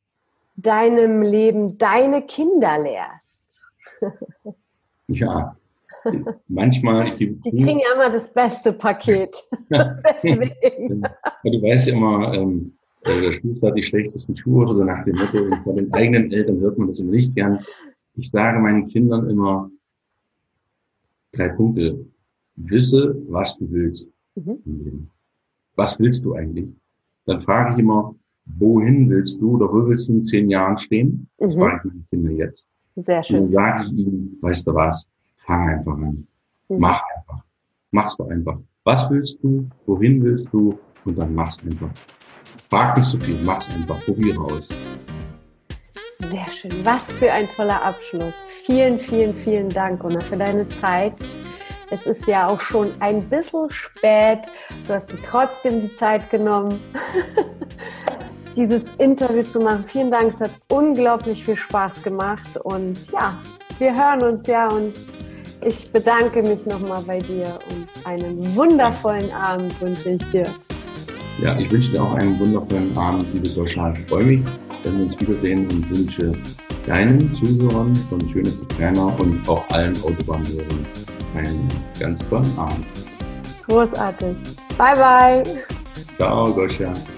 deinem Leben deine Kinder lehrst? Ja, manchmal. Die kriegen ja immer das beste Paket. Deswegen. Du weißt ja immer, der Schuster hat die schlechtesten Schuhe oder so nach dem Motto. Und von den eigenen Eltern hört man das immer nicht gern. Ich sage meinen Kindern immer 3 Punkte. Wisse, was du willst. Was willst du eigentlich? Dann frage ich immer, wohin willst du oder wo willst du in 10 Jahren stehen? Das frage ich meine Kinder jetzt. Sehr schön. Und dann sage ich ihnen, weißt du was, fang einfach an. Mach einfach. Mach's doch einfach. Was willst du? Wohin willst du? Und dann mach's einfach. Frag nicht so viel, mach's einfach. Probiere aus. Sehr schön. Was für ein toller Abschluss. Vielen, vielen, vielen Dank, Gunnar, für deine Zeit. Es ist ja auch schon ein bisschen spät. Du hast dir trotzdem die Zeit genommen, dieses Interview zu machen. Vielen Dank, es hat unglaublich viel Spaß gemacht. Und ja, wir hören uns ja und ich bedanke mich nochmal bei dir und einen wundervollen Abend wünsche ich dir. Ja, ich wünsche dir auch einen wundervollen Abend, liebe Goscha. Ich freue mich, wenn wir uns wiedersehen und wünsche deinen Zuhörern von Schöne für Kleiner und auch allen Autobahnhörern einen ganz tollen Abend. Großartig. Bye, bye. Ciao, Goscha.